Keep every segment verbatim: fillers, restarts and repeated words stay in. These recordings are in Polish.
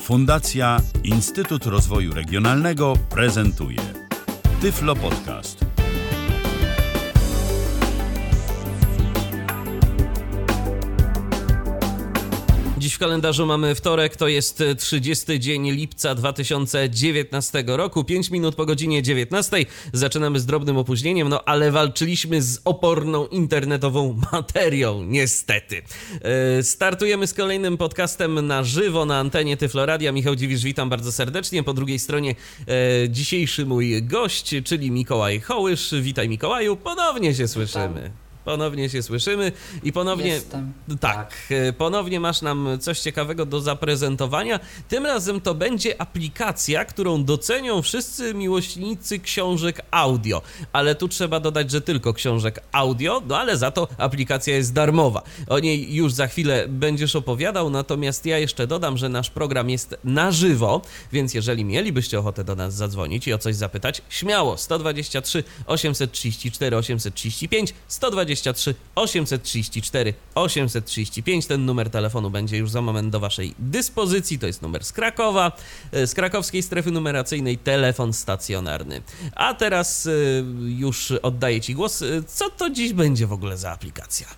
Fundacja Instytut Rozwoju Regionalnego prezentuje Tyflo Podcast. Dziś w kalendarzu mamy wtorek, to jest trzydziesty dzień lipca dwa tysiące dziewiętnastego roku, pięć minut po godzinie dziewiętnastej. Zaczynamy z drobnym opóźnieniem, no ale walczyliśmy z oporną internetową materią, niestety. Yy, startujemy z kolejnym podcastem na żywo na antenie Tyflo Radia. Michał Dziwisz, witam bardzo serdecznie. Po drugiej stronie yy, dzisiejszy mój gość, czyli Mikołaj Hołysz. Witaj, Mikołaju, ponownie się słyszymy. Ponownie się słyszymy i ponownie, Jestem. tak, Tak, ponownie masz nam coś ciekawego do zaprezentowania. Tym razem to będzie aplikacja, którą docenią wszyscy miłośnicy książek audio. Ale tu trzeba dodać, że tylko książek audio, no ale za to aplikacja jest darmowa. O niej już za chwilę będziesz opowiadał, natomiast ja jeszcze dodam, że nasz program jest na żywo, więc jeżeli mielibyście ochotę do nas zadzwonić i o coś zapytać, śmiało, sto dwadzieścia trzy osiemset trzydzieści cztery osiemset trzydzieści pięć, sto dwadzieścia trzy osiemset trzydzieści cztery osiemset trzydzieści pięć. Ten numer telefonu będzie już za moment do waszej dyspozycji. To jest numer z Krakowa, z krakowskiej strefy numeracyjnej, telefon stacjonarny. A teraz już oddaję ci głos. Co to dziś będzie w ogóle za aplikacja?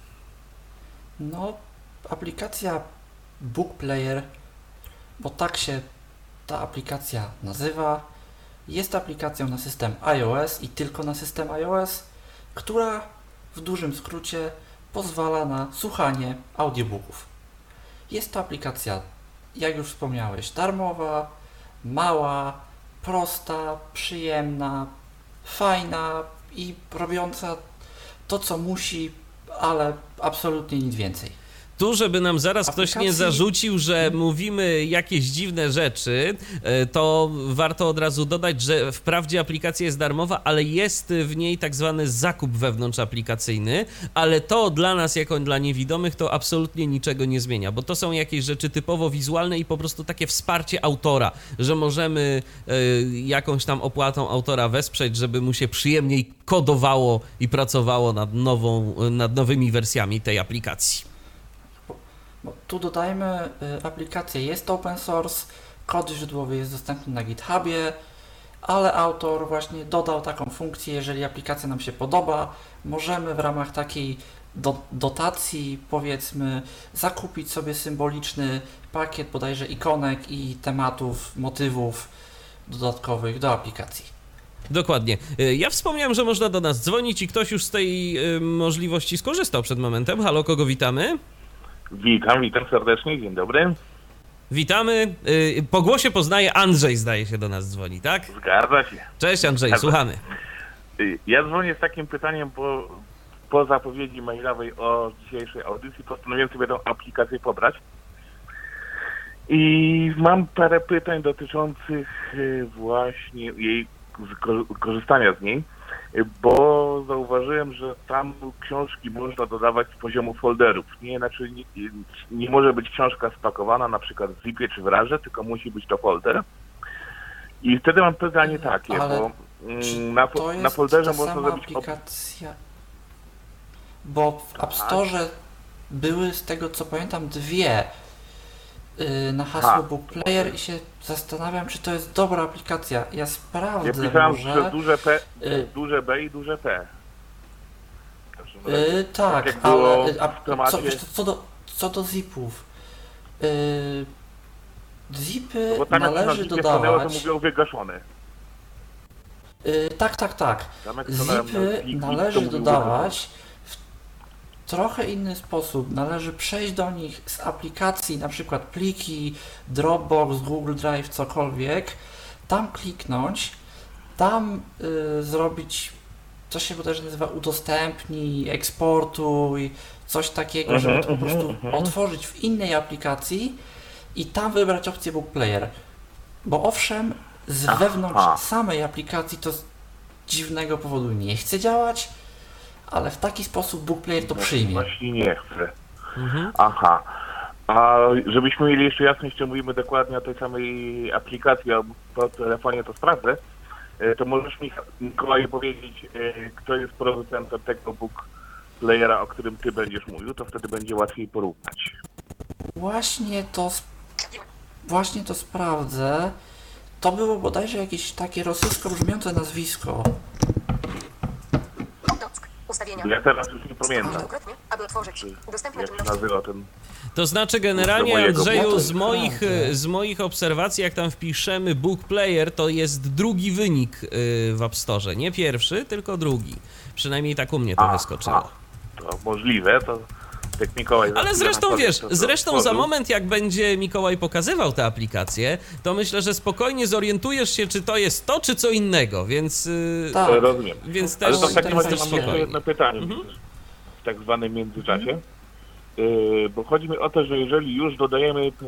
no aplikacja Book Player, bo tak się ta aplikacja nazywa, jest aplikacją na system iOS i tylko na system iOS, która w dużym skrócie pozwala na słuchanie audiobooków. Jest to aplikacja, jak już wspomniałeś, darmowa, mała, prosta, przyjemna, fajna i robiąca to, co musi, ale absolutnie nic więcej. Tu, żeby nam zaraz ktoś Aplikacji... nie zarzucił, że mówimy jakieś dziwne rzeczy, to warto od razu dodać, że wprawdzie aplikacja jest darmowa, ale jest w niej tak zwany zakup wewnątrzaplikacyjny, ale to dla nas, jako dla niewidomych, to absolutnie niczego nie zmienia, bo to są jakieś rzeczy typowo wizualne i po prostu takie wsparcie autora, że możemy jakąś tam opłatą autora wesprzeć, żeby mu się przyjemniej kodowało i pracowało nad nową, nad nowymi wersjami tej aplikacji. Bo tu dodajmy, y, aplikacja jest open source, kod źródłowy jest dostępny na GitHubie, ale autor właśnie dodał taką funkcję, jeżeli aplikacja nam się podoba, możemy w ramach takiej do, dotacji, powiedzmy, zakupić sobie symboliczny pakiet bodajże ikonek i tematów, motywów dodatkowych do aplikacji. Dokładnie. Ja wspomniałem, że można do nas dzwonić i ktoś już z tej y, możliwości skorzystał przed momentem. Halo, kogo witamy? Witam, witam serdecznie, dzień dobry. Witamy. Po głosie poznaję, Andrzej zdaje się do nas dzwoni, tak? Zgadza się. Cześć Andrzej, Zgadza. słuchamy. Ja dzwonię z takim pytaniem, bo po zapowiedzi mailowej o dzisiejszej audycji postanowiłem sobie tę aplikację pobrać. I mam parę pytań dotyczących właśnie jej korzystania z niej, bo zauważyłem, że tam książki można dodawać z poziomu folderów. Nie, znaczy nie, nie może być książka spakowana na przykład w zipie czy w rarze, tylko musi być to folder. I wtedy mam pytanie takie, Ale bo na, to jest na folderze ta można sama zrobić... aplikacja, bo w App Store były, z tego co pamiętam, dwie yy, na hasło Ha. Book Player i się zastanawiam, czy to jest dobra aplikacja. Ja sprawdzę Ja pisałem może. przez duże P, y, duże B i duże P. Yy, tak, jak było ale a, w temacie... co, wiesz co, co, do, co do zipów. Yy, zipy Bo tam jak na należy zipie stanęło, to dodawać. mówią wygaszone. Yy, tak, tak, tak. Tam jak stanąłem na Zipy plik, to należy mówił dodawać w trochę inny sposób. Należy przejść do nich z aplikacji, na przykład pliki, Dropbox, Google Drive, cokolwiek. Tam kliknąć, tam yy, zrobić, co się bodajże nazywa udostępnij, eksportuj, coś takiego, Mhm, żeby to po mhm, prostu mhm. otworzyć w innej aplikacji i tam wybrać opcję Book Player. Bo owszem, z Aha. wewnątrz samej aplikacji to z dziwnego powodu nie chce działać, ale w taki sposób Book Player to przyjmie. Właśnie nie chcę. Mhm. Aha. A żebyśmy mieli jeszcze jasność, czy mówimy dokładnie o tej samej aplikacji, a po telefonie to sprawdzę, to możesz mi, Mikołaju, powiedzieć, kto jest producentem tego Book Playera, o którym ty będziesz mówił, to wtedy będzie łatwiej porównać. Właśnie to Właśnie to sprawdzę. To było bodajże jakieś takie rosyjsko brzmiące nazwisko. Dock. Ustawienia. Ja teraz już nie pamiętam, Dwukrotnie, aby otworzyć. czy Dostępne jak się czynności. nazywa ten... To znaczy generalnie, Kurczę, mojego Andrzeju, Boga. z moich, Prawda. z moich obserwacji, jak tam wpiszemy Book Player, to jest drugi wynik y, w App Store. Nie pierwszy, tylko drugi. Przynajmniej tak u mnie to A, wyskoczyło. a, to możliwe, to jak Mikołaj... Ale za zresztą chwilę wiesz, to- to zresztą za stworzył. moment jak będzie Mikołaj pokazywał tę aplikację, to myślę, że spokojnie zorientujesz się, czy to jest to, czy co innego, więc, yy, Tak. E, Rozumiem. więc Ale też, to w takim też razie mam jeszcze spokojnie. jedno pytanie Mhm. w tak zwanym międzyczasie. Yy, bo chodzi mi o to, że jeżeli już dodajemy e,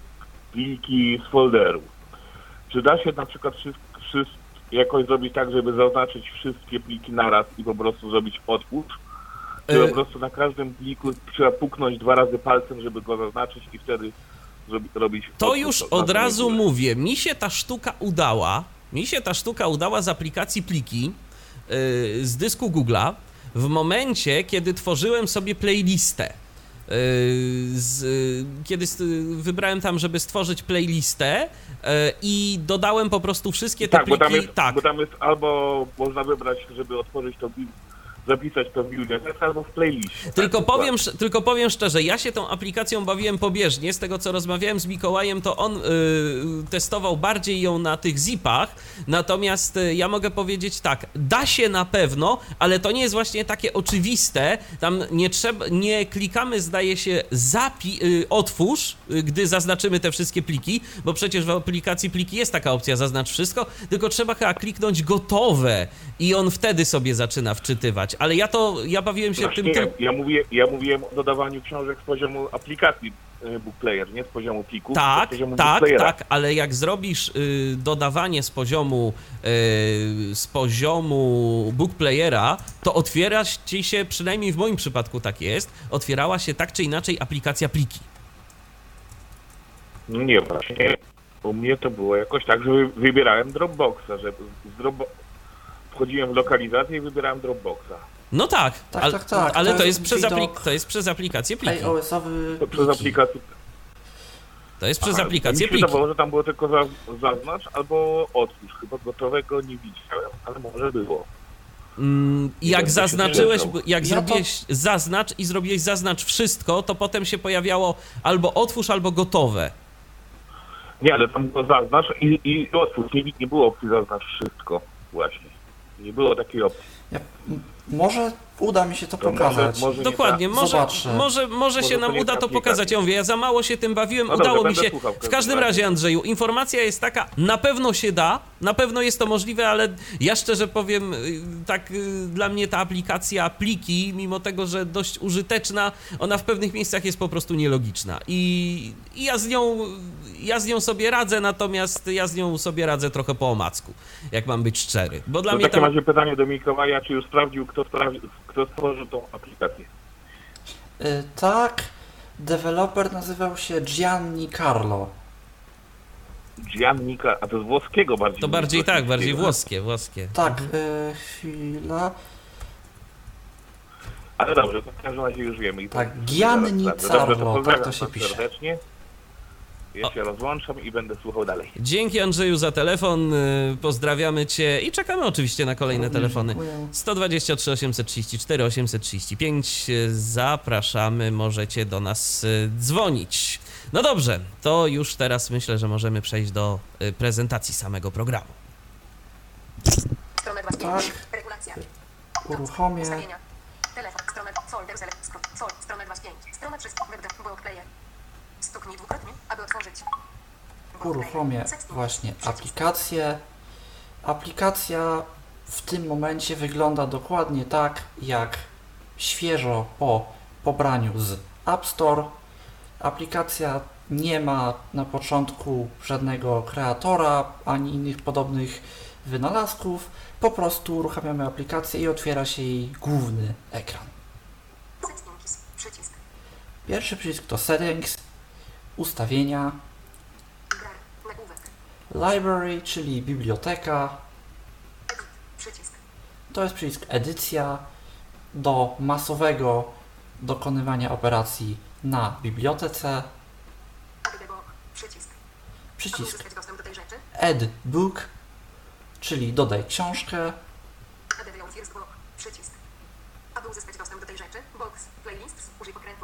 pliki z folderu, czy da się na przykład wszystko, wszystko jakoś zrobić tak, żeby zaznaczyć wszystkie pliki naraz i po prostu zrobić otwórz? Czy E, po prostu na każdym pliku trzeba puknąć dwa razy palcem, żeby go zaznaczyć i wtedy zrobi, robić To otwórz już na od samej razu górze? mówię, mi się ta sztuka udała, mi się ta sztuka udała z aplikacji pliki yy, z dysku Google'a w momencie, kiedy tworzyłem sobie playlistę. Yy, z, yy, kiedy st- wybrałem tam, żeby stworzyć playlistę yy, i dodałem po prostu wszystkie te Tak, bo pliki. tam, jest, tak, bo tam jest albo można wybrać, żeby otworzyć to, bi- zapisać to w bibliotece, albo w playliście. Tylko tak, powiem, sz- tylko powiem szczerze, ja się tą aplikacją bawiłem pobieżnie. Z tego co rozmawiałem z Mikołajem, to on y, testował bardziej ją na tych zipach. Natomiast y, ja mogę powiedzieć tak, da się na pewno, ale to nie jest właśnie takie oczywiste. Tam nie trzeba, nie klikamy, zdaje się, zapi- y, otwórz, y, gdy zaznaczymy te wszystkie pliki, bo przecież w aplikacji pliki jest taka opcja zaznacz wszystko, tylko trzeba chyba kliknąć gotowe i on wtedy sobie zaczyna wczytywać. Ale ja to, ja bawiłem się Właśnie tym... ja, tym ja, mówię, ja mówiłem o dodawaniu książek z poziomu aplikacji y, Book Player, nie z poziomu plików, tylko Tak, z poziomu Book tak, Playera. tak, ale jak zrobisz y, dodawanie z poziomu y, z poziomu Book Playera, to otwiera ci się, przynajmniej w moim przypadku tak jest, otwierała się tak czy inaczej aplikacja pliki. No nie, właśnie u mnie to było jakoś tak, że wy- wybierałem Dropboxa, że z Dropbo- wchodziłem w lokalizację i wybierałem Dropboxa. No tak, Tak, al- tak, tak, ale to to jest jest, przez widok aplik- to jest przez aplikację pliki. iOS-owy To przez pliki. aplikację. To jest przez Aha, aplikację mi się pliki. wydawało, że tam było tylko za, zaznacz albo otwórz. Chyba gotowego nie widziałem, ale może było. Mm, I jak będę się zaznaczyłeś, zgadzał. jak Ja to- zrobiłeś zaznacz i zrobiłeś zaznacz wszystko, to potem się pojawiało albo otwórz, albo gotowe. Nie, ale tam było zaznacz i, i otwórz. Nie, nie było opcji zaznacz wszystko właśnie. Nie było takiej opcji. Ja, m- może uda mi się to To może, pokazać. może nie Dokładnie, ta- może, Zobaczę. może, może się Może to nam nie uda ta to pokazać. aplikacja. Ja mówię, ja za mało się tym bawiłem, No udało dobrze, mi będę się. słuchał w W każdym każdym razie. razie, Andrzeju, informacja jest taka, na pewno się da, na pewno jest to możliwe, ale ja szczerze powiem, y, tak y, dla mnie ta aplikacja pliki, mimo tego, że dość użyteczna, ona w pewnych miejscach jest po prostu nielogiczna. I, i ja z nią ja z nią sobie radzę, natomiast ja z nią sobie radzę trochę po omacku, jak mam być szczery. Bo dla To mnie w takim tam... razie pytanie do Mikołaja, czy już sprawdził, kto, sprawdził, kto stworzył tą aplikację? Y, tak, deweloper nazywał się Gianni Carlo. Giannika, a to z włoskiego bardziej. To niż bardziej tak, bardziej rosyjskiego. włoskie, włoskie. Tak, y, chwila. Ale dobrze, to w każdym razie już wiemy. I to- Tak, Gianni Dobrze, to Carlo, pozdrawiam tak to się was pisze. serdecznie. Ja się rozłączam i będę słuchał dalej. Dzięki Andrzeju za telefon, y, pozdrawiamy Cię i czekamy oczywiście na kolejne Również telefony. dziękuję. sto dwadzieścia trzy, osiemset trzydzieści cztery, osiemset trzydzieści pięć, y, zapraszamy, możecie do nas y, dzwonić. No dobrze, to już teraz myślę, że możemy przejść do y, prezentacji samego programu. Strona dwa z Tak. pięć. Regulacja. Uruchomię. Ustawienia. Telefon. Strona. Folder. Select. Scroll. Sol. Strona dwa z pięć. Strona wszystko. Web. Book player. Stuknij dwukrotnie, aby otworzyć. Book Uruchomię player. Setting. właśnie Przycisk. aplikację. Aplikacja w tym momencie wygląda dokładnie tak, jak świeżo po pobraniu z App Store. Aplikacja nie ma na początku żadnego kreatora ani innych podobnych wynalazków. Po prostu uruchamiamy aplikację i otwiera się jej główny ekran. Settings. Przycisk. Pierwszy przycisk to Settings, ustawienia, Gra. Nagłówek. Library, czyli biblioteka. Edit. Przycisk. To jest przycisk edycja do masowego dokonywania operacji na bibliotece. Add the book. Przycisk. przycisk uzyskać dostęp do tej rzeczy. Add Book, czyli dodaj książkę Add the first book. Przycisk. Aby uzyskać dostęp do tej rzeczy. Box. Playlists. Użyj pokrętła.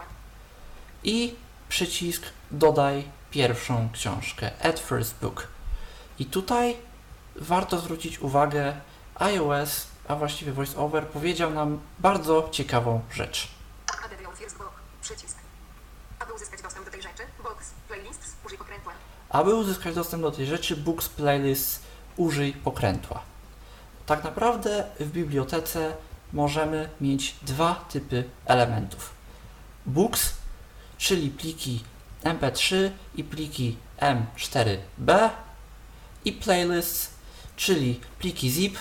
i przycisk dodaj pierwszą książkę Add First Book. I tutaj warto zwrócić uwagę, iOS, a właściwie VoiceOver powiedział nam bardzo ciekawą rzecz. Add the first book. Przycisk. Aby uzyskać dostęp do tej rzeczy. Box. Playlists. Użyj pokrętła. Aby uzyskać dostęp do tej rzeczy, Books Playlist użyj pokrętła. Tak naprawdę w bibliotece możemy mieć dwa typy elementów. Books, czyli pliki em pe trzy i pliki em cztery be i playlists, czyli pliki zip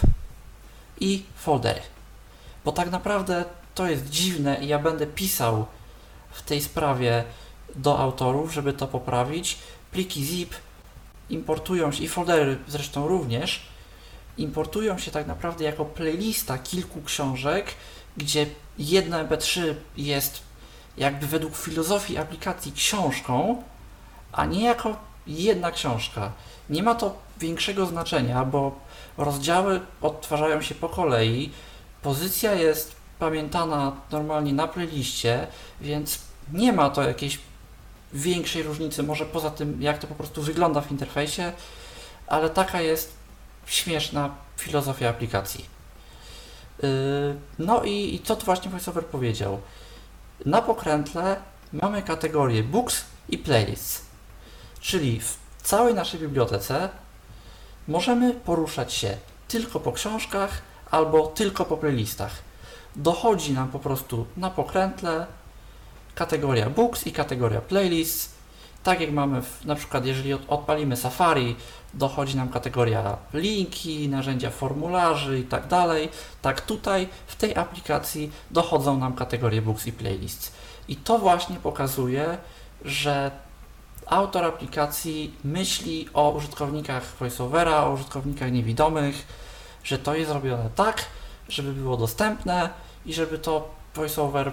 i foldery. Bo tak naprawdę to jest dziwne i ja będę pisał w tej sprawie do autorów, żeby to poprawić. Pliki zip importują się, i foldery zresztą również, importują się tak naprawdę jako playlista kilku książek, gdzie jedno em pe trzy jest jakby według filozofii aplikacji książką, a nie jako jedna książka. Nie ma to większego znaczenia, bo rozdziały odtwarzają się po kolei, pozycja jest pamiętana normalnie na playliście, więc nie ma to jakiejś większej różnicy, może poza tym, jak to po prostu wygląda w interfejsie, ale taka jest śmieszna filozofia aplikacji. Yy, no i, i co tu właśnie VoiceOver powiedział? Na pokrętle mamy kategorie Books i Playlists, czyli w całej naszej bibliotece możemy poruszać się tylko po książkach albo tylko po playlistach. Dochodzi nam po prostu na pokrętle kategoria Books i kategoria Playlists. Tak jak mamy w, na przykład jeżeli od, odpalimy Safari, dochodzi nam kategoria linki, narzędzia formularzy i tak dalej. Tak tutaj w tej aplikacji dochodzą nam kategorie Books i Playlists. I to właśnie pokazuje, że autor aplikacji myśli o użytkownikach VoiceOvera, o użytkownikach niewidomych, że to jest zrobione tak, żeby było dostępne i żeby to VoiceOver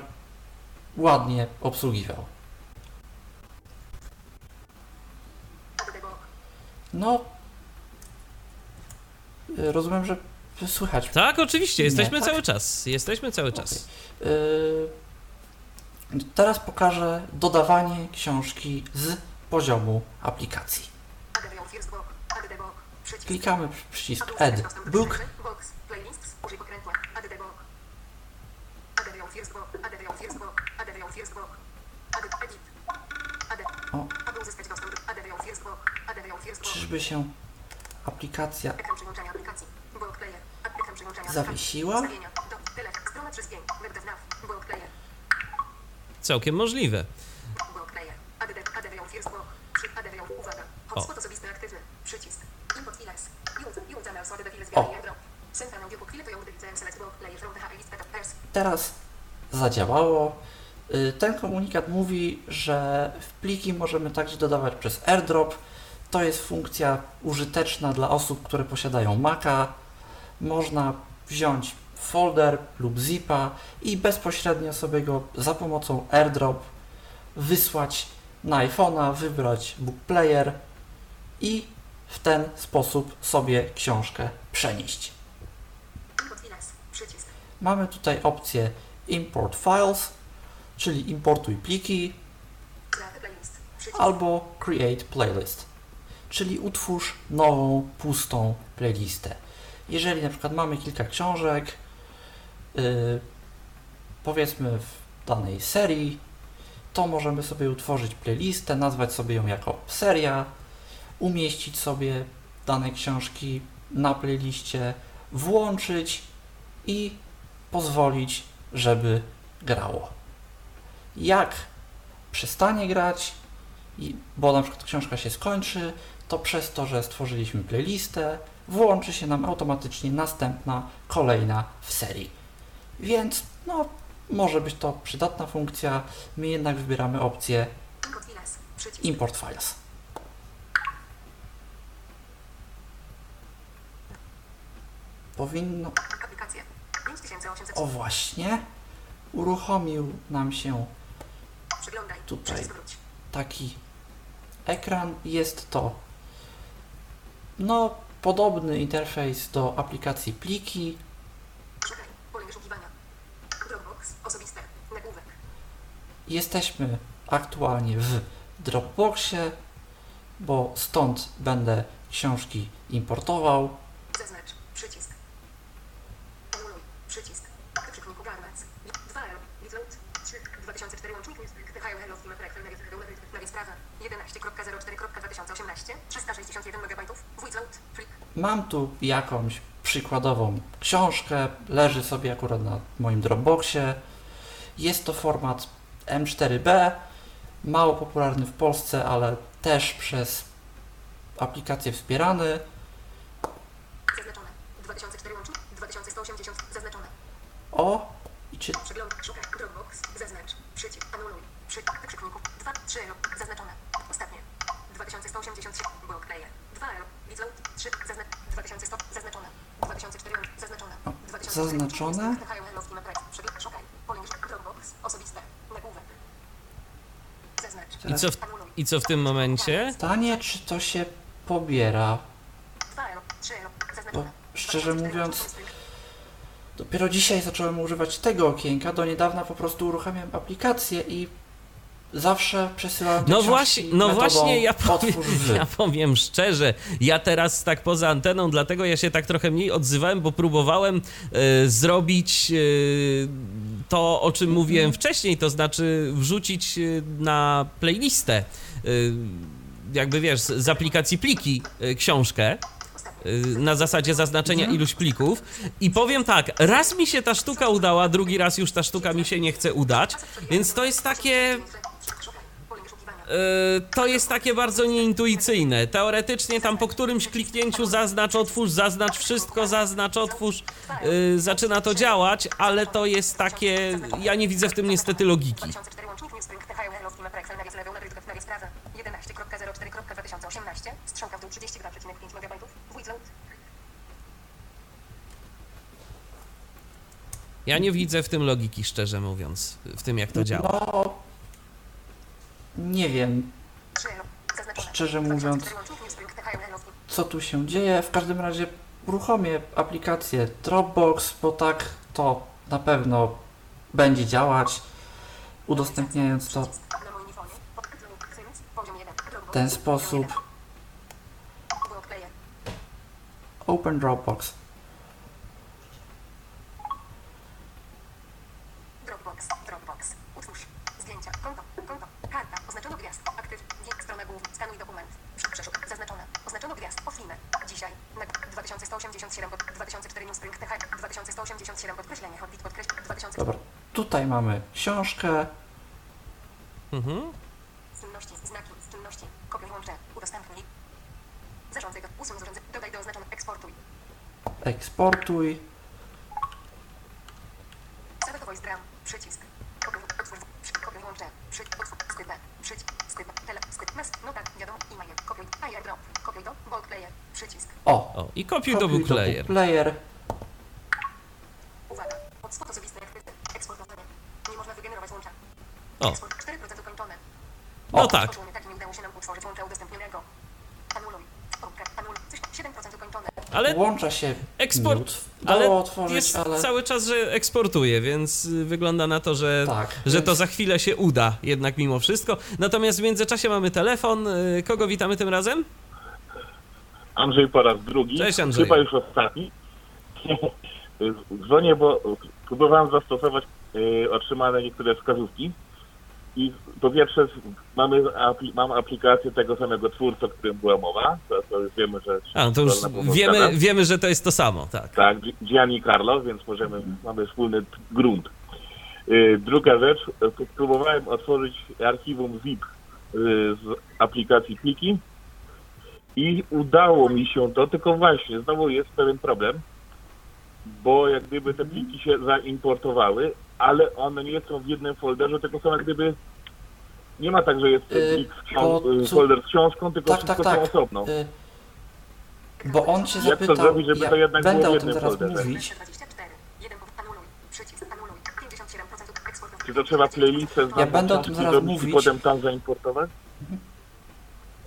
ładnie obsługiwał. No, rozumiem, że słychać. Tak, oczywiście, jesteśmy Nie, tak? cały czas. Jesteśmy cały czas. Okay. Yy, teraz pokażę dodawanie książki z poziomu aplikacji. Klikamy przycisk Add Book. O. Czyżby się aplikacja zawiesiła? Całkiem możliwe. O. O. Teraz zadziałało. Ten komunikat mówi, że w pliki możemy także dodawać przez AirDrop. To jest funkcja użyteczna dla osób, które posiadają Maca. Można wziąć folder lub zipa i bezpośrednio sobie go za pomocą AirDrop wysłać na iPhone'a, wybrać Book Player i w ten sposób sobie książkę przenieść. Mamy tutaj opcję Import Files, czyli importuj pliki, albo Create Playlist, czyli utwórz nową, pustą playlistę. Jeżeli na przykład mamy kilka książek, yy, powiedzmy w danej serii, to możemy sobie utworzyć playlistę, nazwać sobie ją jako seria, umieścić sobie dane książki na playliście, włączyć i pozwolić, żeby grało. Jak przestanie grać, bo na przykład książka się skończy, to przez to, że stworzyliśmy playlistę, włączy się nam automatycznie następna, kolejna w serii. Więc no, może być to przydatna funkcja. My jednak wybieramy opcję Import Files. Powinno... O właśnie, uruchomił nam się tutaj taki ekran. Jest to no, podobny interfejs do aplikacji pliki. Szukaj. Pole wyszukiwania. Dropbox. Osobiste. Nagłówek. Jesteśmy aktualnie w Dropboxie, bo stąd będę książki importował. Zaznacz. Przycisk. Anuluj. Przycisk. Wykrzykniku Garments. dwa L. Bitload. trzy. dwa tysiące cztery łącznik. Hello Hello Steam Excel. Nawias prawa. jedenaście zero cztery dwa tysiące osiemnaście. trzysta sześćdziesiąt jeden megabajtów. Voidload. Flip. Mam tu jakąś przykładową książkę, leży sobie akurat na moim Dropboxie. Jest to format M cztery B, mało popularny w Polsce, ale też przez aplikację wspierany. Zaznaczone. dwa tysiące cztery łącznik. dwa tysiące sto osiemdziesiąt. Zaznaczone. O, i czy Przegląd. Szukaj. Dropbox. Zaznacz. Przycisk. Anuluj. Przy. Wykrzykniku. dwa. trzy L. Zaznaczone. Ostatnie. dwa tysiące sto osiemdziesiąt trzy. Block player. dwa L. Bitload. trzy. Zaznacz. dwa tysiące sto. Zaznaczone. dwa tysiące cztery. Zaznaczone. dwa tysiące cztery. zaznaczone? Hello Hello Steam Excel. Przegląd. Szukaj. Pole Dropbox. Osobiste. Nagłówek. Zaznacz. I co w, i co w tym momencie? Pytanie, czy to się pobiera? dwa L. trzy L. Bo Zaznaczone. szczerze mówiąc, dopiero dzisiaj zacząłem używać tego okienka. Do niedawna po prostu uruchamiam aplikację i zawsze przesyłałem te No książki właśnie, no metodą właśnie ja powiem, otwórz wy. ja powiem szczerze, ja teraz tak poza anteną, dlatego ja się tak trochę mniej odzywałem, bo próbowałem e, zrobić e, to, o czym mówiłem wcześniej, to znaczy wrzucić e, na playlistę, e, jakby wiesz, z aplikacji pliki e, książkę, na zasadzie zaznaczenia iluś plików i powiem tak, raz mi się ta sztuka udała, drugi raz już ta sztuka mi się nie chce udać, więc to jest takie... To jest takie bardzo nieintuicyjne. Teoretycznie tam po którymś kliknięciu zaznacz, otwórz, zaznacz wszystko, zaznacz, otwórz, yy, zaczyna to działać, ale to jest takie... Ja nie widzę w tym niestety logiki. jedenaście zero cztery dwa tysiące osiemnaście. Strzałka w dół trzydzieści dwa przecinek pięć megabajtów. Voidload. Ja nie widzę w tym logiki, szczerze mówiąc, w tym jak to działa. No, nie wiem, szczerze mówiąc, co tu się dzieje. W każdym razie uruchomię aplikację Dropbox, bo tak to na pewno będzie działać, udostępniając to w ten sposób. Open Dropbox. Dropbox, Dropbox. Utwórz. Zdjęcia. Konto. Konto. Karta. Oznaczono gwiazd. Aktyw. Link. Strona główna. Skanuj dokument. Przeszuk. Zaznaczone. Oznaczono gwiazd. Offline. Dzisiaj. dwa tysiące sto osiemdziesiąt siedem. dwa tysiące cztery. New Spring. dwa tysiące sto osiemdziesiąt siedem. Podkreślenie. Hobbit. Podkreślenie. dwa tysiące. Dobra, tutaj mamy książkę. Mhm. Czynności. Znaki. Czynności. Kopiuj. Łącze. Udostępnij. Zarządzaj. Usuń z urządzenia. Dodaj do oznaczonych. Eksportuj. Eksportuj. Select voice drum. Przycisk. Kopiuj. Otwórz. Kopiuj. Łącze. Przy. Otwórz. Skrypę. Przycisk. Skrypę. Tele. Skryp. Mes. Notat. Wiadomo. E-mail. Kopiuj. AirDrop. Kopiuj do. Bulk player. Przycisk. O, O, i kopiuj do kopiuj book player. book player. Uwaga. Hotspot osobisty aktywny. Eksportowanie. Nie można wygenerować łącza. O. Eksport cztery procent ukończone. No O. tak. Tak nie udało się nam utworzyć łącza udostępnionego. Anuluj. Kropka. Anuluj. Coś. siedem procent ukończone. Ale Łącza się eksport, nie udało ale otworzyć, jest ale cały czas, że eksportuje, więc y, wygląda na to, że, tak, że więc to za chwilę się uda jednak mimo wszystko. Natomiast w międzyczasie mamy telefon. Y, Kogo witamy tym razem? Andrzej po raz drugi. Cześć, Andrzej. Chyba już ostatni. Dzwonię, bo próbowałem zastosować y, otrzymane niektóre wskazówki. I po pierwsze mamy apli- mam aplikację tego samego twórcy, o którym była mowa. To, to już wiemy, że... A, no to już wiemy, wiemy, że to jest to samo, tak. Tak, Gianni Carlo, więc możemy, mamy wspólny t- grunt. Y, druga rzecz, y, próbowałem otworzyć archiwum zip y, z aplikacji pliki i udało mi się to, tylko właśnie znowu jest pewien problem, bo jak gdyby te pliki się zaimportowały, ale one nie są w jednym folderze, tylko są jak gdyby... Nie ma tak, że jest Yy, plik z książ- bo y, co- folder z książką, tylko tak, wszystko tak, są tak. osobno. Y, bo on cię Jak to zapytał, zrobić, żeby ja to jednak będę było o w tym jednym zaraz folderze? mówić. dwadzieścia cztery. jeden. Anuluj. Przycisk. Anuluj. pięćdziesiąt siedem procent eksportu. Czy to trzeba playlistę z Ja będę o tym książki zaraz zrobić mówić. i potem tam zaimportować?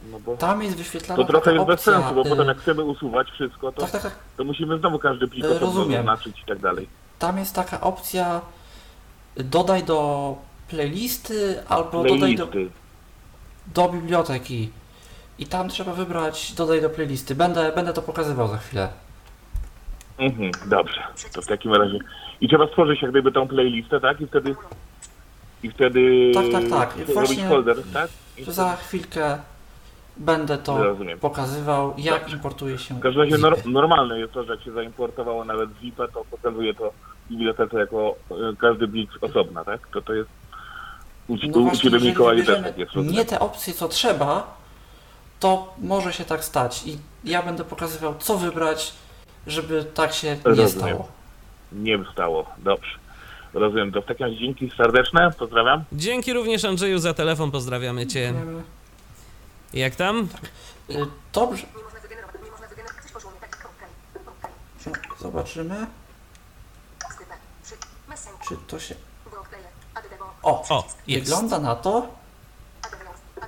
No bo Tam jest wyświetlana to trochę taka jest bez opcja, sensu, bo y, potem jak chcemy usuwać wszystko, to, tak, tak, tak. to musimy znowu każdy plik Y, osobno rozumiem. zaznaczyć i tak dalej. Tam jest taka opcja dodaj do playlisty albo dodaj do, Playlisty. do biblioteki. I tam trzeba wybrać dodaj do playlisty. Będę, będę to pokazywał za chwilę. Mhm, dobrze. To w takim razie. I trzeba stworzyć jak gdyby tą playlistę, tak? I wtedy i wtedy Tak, tak, tak. zrobić Właśnie folder, tak? I Za chwilkę będę to Rozumiem. pokazywał, jak Dobrze. importuje się W każdym razie zipy. nor- normalne jest to, że jak się zaimportowało nawet zipa, to pokazuje to w bibliotece jako e, każdy plik osobna, tak? To to jest u, No u, u właśnie, Ciebie jeżeli Mikołaj też wybierzemy tak jest, rozumiem. nie te opcje, co trzeba, to może się tak stać. I ja będę pokazywał, co wybrać, żeby tak się nie Rozumiem. stało. Nie stało, dobrze. Rozumiem, to w takim razie dzięki serdeczne, pozdrawiam. Dzięki również Andrzeju za telefon, pozdrawiamy cię. Wiemy. Jak tam? Y, Dobrze, Nie można wygenerować, nie można wygenerować. Coś poszło nie tak. Okej. Okej. no, zobaczymy, Skrypę. Przy. Messenger. czy to się... Block player. Add demo. O, O, jest. wygląda na to, Add balance. Add.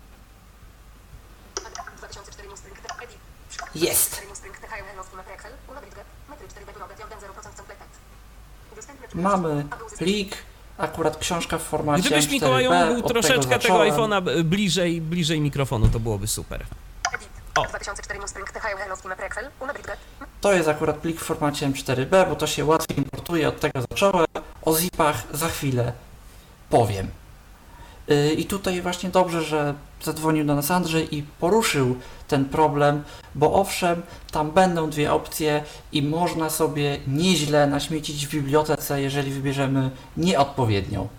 Add. dwa tysiące cztery news string. Edit. Przy. Jest. cztery news string. T H M L of Mapy Excel. Unabit get. Metry cztery Bedroga. Jordan zero procent completed. Dostępne przy- mamy aby uzyskać- plik, akurat książka w formacie Gdybyś M cztery Mikołaju B, był od troszeczkę tego zacząłem. iPhone'a b- bliżej, bliżej mikrofonu, to byłoby super. Edit. O. dwa tysiące cztery news string. T H M L of Mapy Excel. Unabit get. To jest akurat plik w formacie M cztery B, bo to się łatwiej importuje, od tego zacząłem. O zipach za chwilę powiem. Yy, I tutaj właśnie dobrze, że zadzwonił do nas Andrzej i poruszył ten problem, bo owszem, tam będą dwie opcje i można sobie nieźle naśmiecić w bibliotece, jeżeli wybierzemy nieodpowiednią.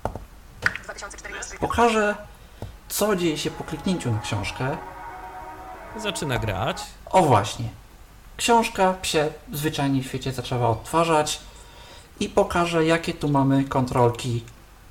dwa tysiące cztery news string. Pokażę, co dzieje się po kliknięciu na książkę. Zaczyna grać. O właśnie. Książka się zwyczajnie w świecie zaczęła odtwarzać i pokażę, jakie tu mamy kontrolki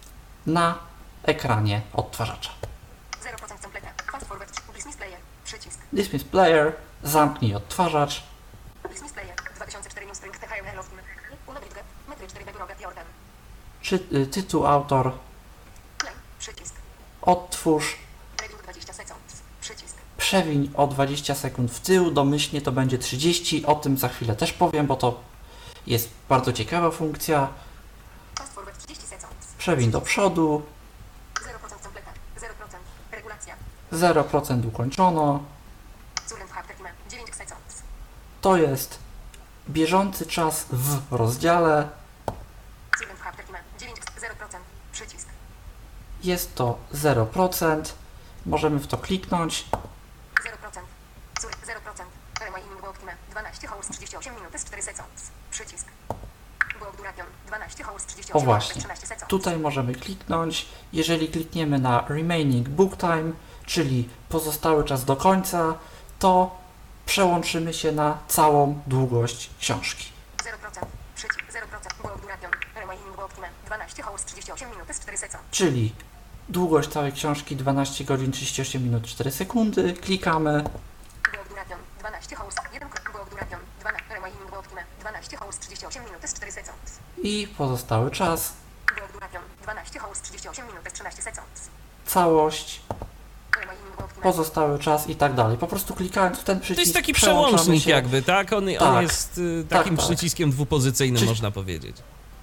na ekranie odtwarzacza. zero procent completed. Fast forward. Dismiss player. Przycisk. Dismiss player, zamknij odtwarzacz, Dismiss player. dwa tysiące cztery news string. T H M L of Mapy Excel. Unabit get. Metry cztery Bedroga. Jordan. czy, y, tytuł, autor, Play. Przycisk. odtwórz, Reading dwadzieścia sekund. Przycisk. przewiń o dwadzieścia sekund w tył, domyślnie to będzie trzydzieści, o tym za chwilę też powiem, bo to jest bardzo ciekawa funkcja. Fast forward. trzydzieści sekund. Przewiń do przodu, zero procent completed. zero procent. Regulacja. zero procent ukończono. Current hard time. dziewięć sekund. To jest bieżący czas w rozdziale. Current hard time. dziewięć. zero procent. Przycisk. Jest to zero procent. Możemy w to kliknąć. zero procent. Sur- zero procent. Remaining block time. dwanaście hours trzydzieści osiem minut z cztery sekund. Przycisk. Block duration. dwanaście hours trzydzieści O osiem minut właśnie. trzynaście sekund. Tutaj możemy kliknąć. Jeżeli klikniemy na Remaining Book Time, czyli pozostały czas do końca, to przełączymy się na całą długość książki. zero procent. Przycisk. zero procent. Block duration. Remaining block time. dwanaście hours trzydzieści osiem minut z cztery sekund. Czyli długość całej książki dwanaście godzin trzydzieści osiem minut cztery sekundy. Klikamy. Block duration. dwanaście hours. jeden. Block duration. dwanaście. Remaining block time. dwanaście hours trzydzieści osiem minut z cztery sekund. I pozostały czas. Block duration. dwanaście hours trzydzieści osiem minut z trzynaście sekund. Całość. Remaining block time. Pozostały czas i tak dalej. Po prostu klikając w ten przycisk. To jest taki przełączamy przełącznik się. jakby, tak? On, on Tak. jest y, Tak, takim tak. przyciskiem dwupozycyjnym, Czy- można powiedzieć.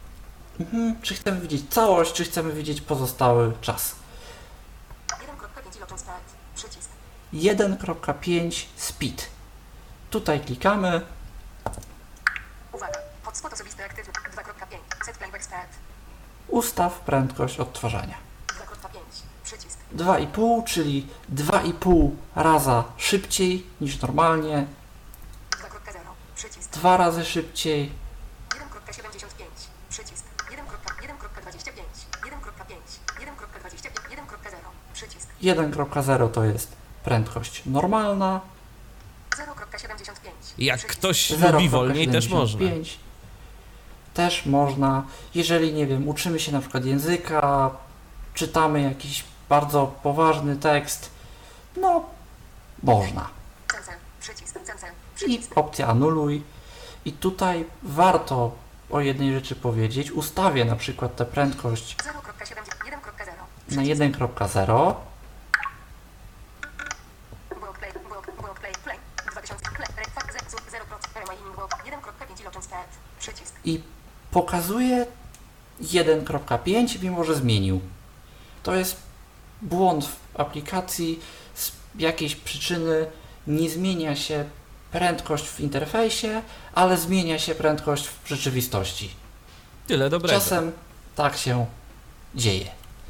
Mhm. Czy chcemy widzieć całość, czy chcemy widzieć pozostały czas. jeden kropka pięć iloczyn start. Przycisk. jeden kropka pięć speed. Tutaj klikamy. Uwaga. Hotspot osobisty aktywny. dwa kropka pięć. Set playback start. Ustaw prędkość odtwarzania. dwa kropka pięć. Przycisk. dwa i pół, czyli dwa i pół raza szybciej niż normalnie. dwa kropka zero. Przycisk. Dwa razy szybciej. jeden kropka siedemdziesiąt pięć. Przycisk. jeden kropka dwadzieścia pięć. jeden kropka pięć. jeden kropka dwadzieścia pięć. jeden kropka zero. Przycisk. jeden kropka zero to jest prędkość normalna. zero kropka siedemdziesiąt pięć. Jak Przycisk. ktoś zero lubi kropka wolniej, też można. siedemdziesiąt pięć. Też można. Jeżeli, nie wiem, uczymy się na przykład języka, czytamy jakiś bardzo poważny tekst, no, można. Cancel. Przycisk. Cancel. I Przycisk. opcja anuluj. I tutaj warto o jednej rzeczy powiedzieć. Ustawię na przykład tę prędkość zero kropka siedemdziesiąt jeden kropka zero. na jeden kropka zero. pokazuje jeden kropka pięć, mimo że zmienił. To jest błąd w aplikacji, z jakiejś przyczyny nie zmienia się prędkość w interfejsie, ale zmienia się prędkość w rzeczywistości. Tyle dobrego. Czasem tak się dzieje.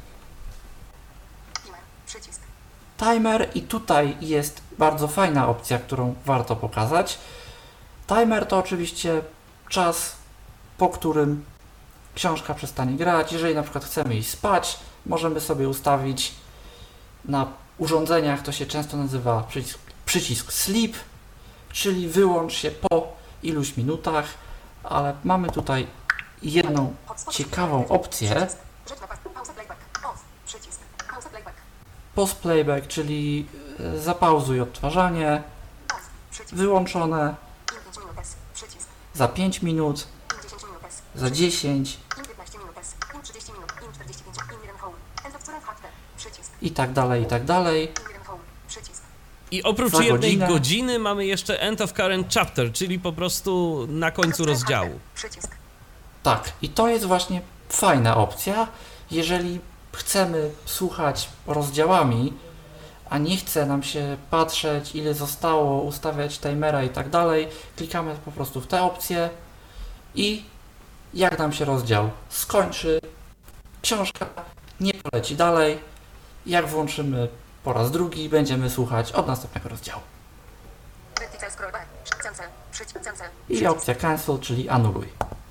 Timer. Przycisk. Timer i tutaj jest bardzo fajna opcja, którą warto pokazać. Timer to oczywiście czas, po którym książka przestanie grać. Jeżeli na przykład chcemy iść spać, możemy sobie ustawić na urządzeniach, to się często nazywa przycisk, przycisk sleep, czyli wyłącz się po iluś minutach, ale mamy tutaj jedną Hotspot. ciekawą opcję. Przycisk. Rzecz mapa. Pauza playback. Off. Przycisk. Pauza playback. Post playback, czyli e, zapauzuj odtwarzanie, Off. Przycisk. wyłączone In pięć minutes. Przycisk. za pięć minut, In dziesięć minutes. za dziesięć In piętnaście minutes. In trzydzieści minut. In czterdzieści pięć. In jeden home. End of current hardware. Przycisk. i tak dalej, i tak dalej. In jeden home. Przycisk. I oprócz Za jednej godzinę. godziny mamy jeszcze end of current chapter, czyli po prostu na końcu rozdziału. Przycisk. Tak, i to jest właśnie fajna opcja, jeżeli chcemy słuchać rozdziałami, a nie chce nam się patrzeć, ile zostało, ustawiać timera i tak dalej, klikamy po prostu w tę opcję i jak nam się rozdział skończy, książka nie poleci dalej, jak włączymy po raz drugi, będziemy słuchać od następnego rozdziału. Vertical scroll bar. Cancel. Przycisk. Cancel. I Przycisk. opcja cancel, czyli anuluj.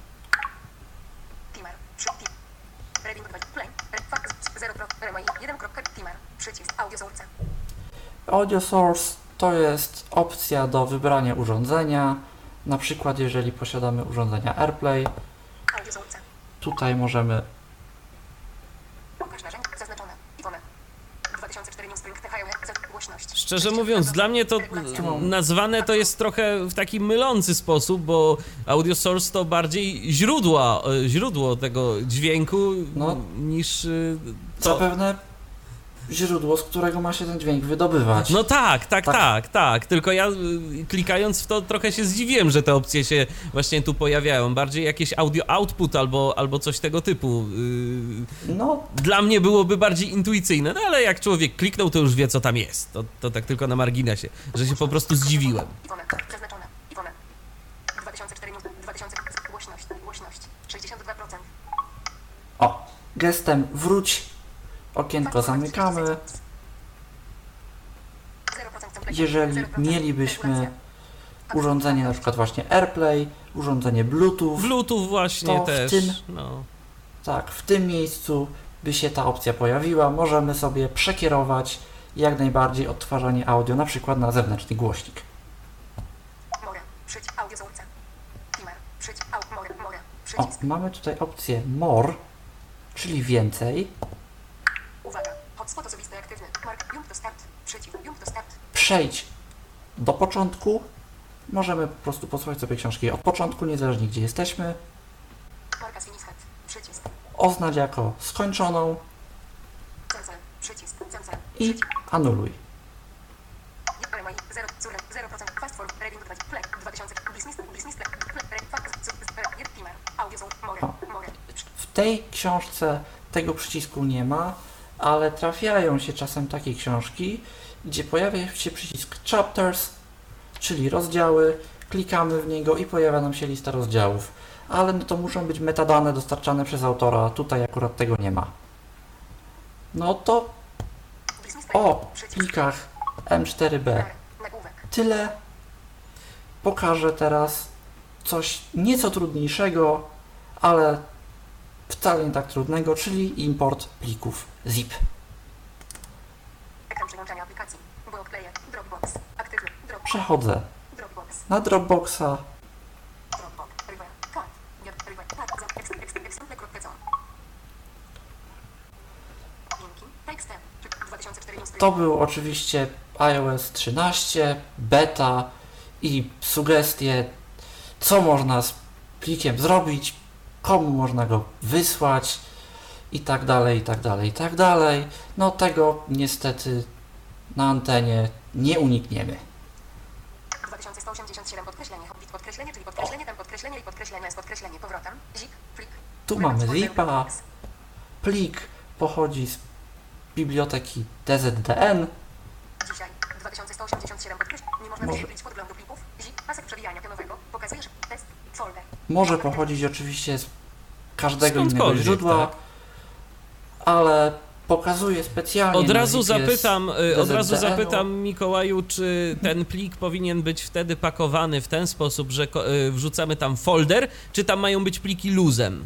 Timer. Przycisk. Reading device. Play. zero. jeden. Timer. Przycisk. Audio source. Audio Source to jest opcja do wybrania urządzenia, na przykład jeżeli posiadamy urządzenia AirPlay, Audio source. tutaj możemy, Pokaż narzędzie. Zaznaczone. Ikona. dwa tysiące cztery New Spring T H L. Głośność. Szczerze mówiąc, dla mnie to nazwane to jest trochę w taki mylący sposób, bo audio source to bardziej źródła, e, źródło tego dźwięku No. niż y, to. zapewne źródło, z którego ma się ten dźwięk wydobywać. No tak, tak, Tak. tak, tak. Tylko ja y, klikając w to trochę się zdziwiłem, że te opcje się właśnie tu pojawiają. Bardziej jakieś audio output albo, albo coś tego typu. Y, No, Dla mnie byłoby bardziej intuicyjne, no ale jak człowiek kliknął, to już wie, co tam jest. To, to tak tylko na marginesie, że się po prostu zdziwiłem. Ikona. Zaznaczone. Ikona. dwa tysiące cztery New dwa tysiące. Głośność. Głośność. sześćdziesiąt dwa procent. o, gestem wróć, okienko zamykamy. zero procent template. Jeżeli zero procent. mielibyśmy Regulacja. urządzenie na przykład właśnie AirPlay, urządzenie Bluetooth, Bluetooth właśnie To w też. tym- No. tak, w tym miejscu by się ta opcja pojawiła, możemy sobie przekierować jak najbardziej odtwarzanie audio, na przykład na zewnętrzny głośnik. More. Przycisk. Audio source. Timer. Przycisk. Au. More. More. O, Przycisk. mamy tutaj opcję More, czyli więcej. Uwaga. Hotspot osobisty aktywny. Mark. Jump to start. Przycisk. Jump to start. Przejdź do początku. Możemy po prostu posłuchać sobie książki od początku, niezależnie gdzie jesteśmy. Marka Swinishead. Przycisk. Oznacz jako skończoną Cancel. Przycisk. Cancel. i Przycisk. anuluj. zero. zero procent. Fast forward. Reading device. Play. dwa tysiące. Business. Business. Play. Play. Fast. Timer. Audio source. More. More. W tej książce tego przycisku nie ma, ale trafiają się czasem takie książki, gdzie pojawia się przycisk Chapters, czyli rozdziały, klikamy w niego i pojawia nam się lista rozdziałów. Ale no to muszą być metadane dostarczane przez autora, tutaj akurat tego nie ma. No to Business. Play. o Przycisk. plikach M cztery B Nagłówek. tyle. Pokażę teraz coś nieco trudniejszego, ale wcale nie tak trudnego, czyli import plików zip. Ekran przełączania aplikacji. Block player. Dropbox. Aktywny. Drop. Przechodzę Dropbox. na Dropboxa, Dropbox. River. Cut. Get. River. Cut. Za. Ex. Ex. Example.com. Linki. Tekstem. dwa tysiące cztery. to był oczywiście iOS trzynaście, beta i sugestie, co można z plikiem zrobić, komu można go wysłać i tak dalej, i tak dalej, i tak dalej. No tego niestety na antenie nie unikniemy. dwa tysiące sto osiemdziesiąt siedem podkreślenie. Hobbit. Shift podkreślenie, czyli podkreślenie, tam podkreślenie i podkreślenie jest podkreślenie powrotem. Zip, plik. Tu mamy zipa. Plik pochodzi z biblioteki D Z D N. Dzisiaj dwa tysiące sto osiemdziesiąt siedem podkreśl. Nie można Może- wyświetlić podglądu plików. Zip, pasek przewijania pionowego. Pokazujesz test, folder. Może pochodzić oczywiście z każdego innego Skądkolwiek, źródła, tak. ale pokazuje specjalnie Od na razu zipie z zapytam, y, od razu D Z D N-u. zapytam Mikołaju, czy ten plik powinien być wtedy pakowany w ten sposób, że ko- y, wrzucamy tam folder, czy tam mają być pliki luzem?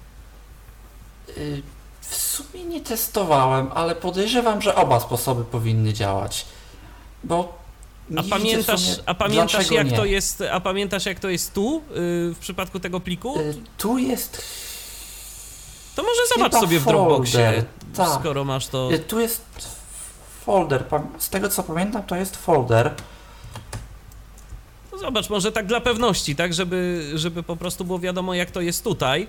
Y, W sumie nie testowałem, ale podejrzewam, że oba sposoby powinny działać. Bo nie A widzę w pamiętasz, sumie, a pamiętasz dlaczego jak nie. to jest, a pamiętasz jak to jest tu y, w przypadku tego pliku? Y, Tu jest. To może zobacz chyba sobie w Dropboxie, folder. Tak. skoro masz to. y, Tu jest folder. Pam- Z tego co pamiętam, to jest folder. To zobacz, może tak dla pewności, tak, żeby, żeby po prostu było wiadomo jak to jest tutaj.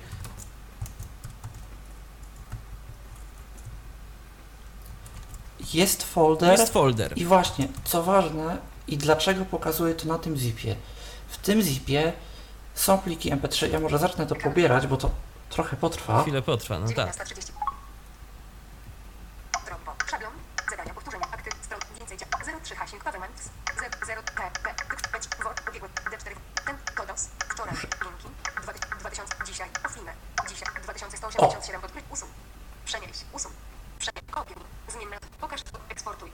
Jest folder. Jest folder. I właśnie, co ważne i dlaczego pokazuję to na tym zipie. W tym zipie są pliki M P trzy. Ja może zacznę to pobierać, bo to trochę potrwa. Chwilę potrwa, no tak. dziewiętnasta trzydzieści. Dropbox. Szablon. Zadania powtórzenia. Aktyw. Stron. Więcej dział. zero trzy Hashing Pavements. zero P P. Peć. Word. Ubiegły. D cztery. Ten. Kodos. Wczoraj. Linki. dwa tysiące. Dzisiaj. Offline. Dzisiaj. dwa tysiące sto osiemdziesiąt siedem. Podkryć. Usuń. Przenieś. Usuń. Przenieś. Kopiuj. Zmień. Pokaż. Eksportuj.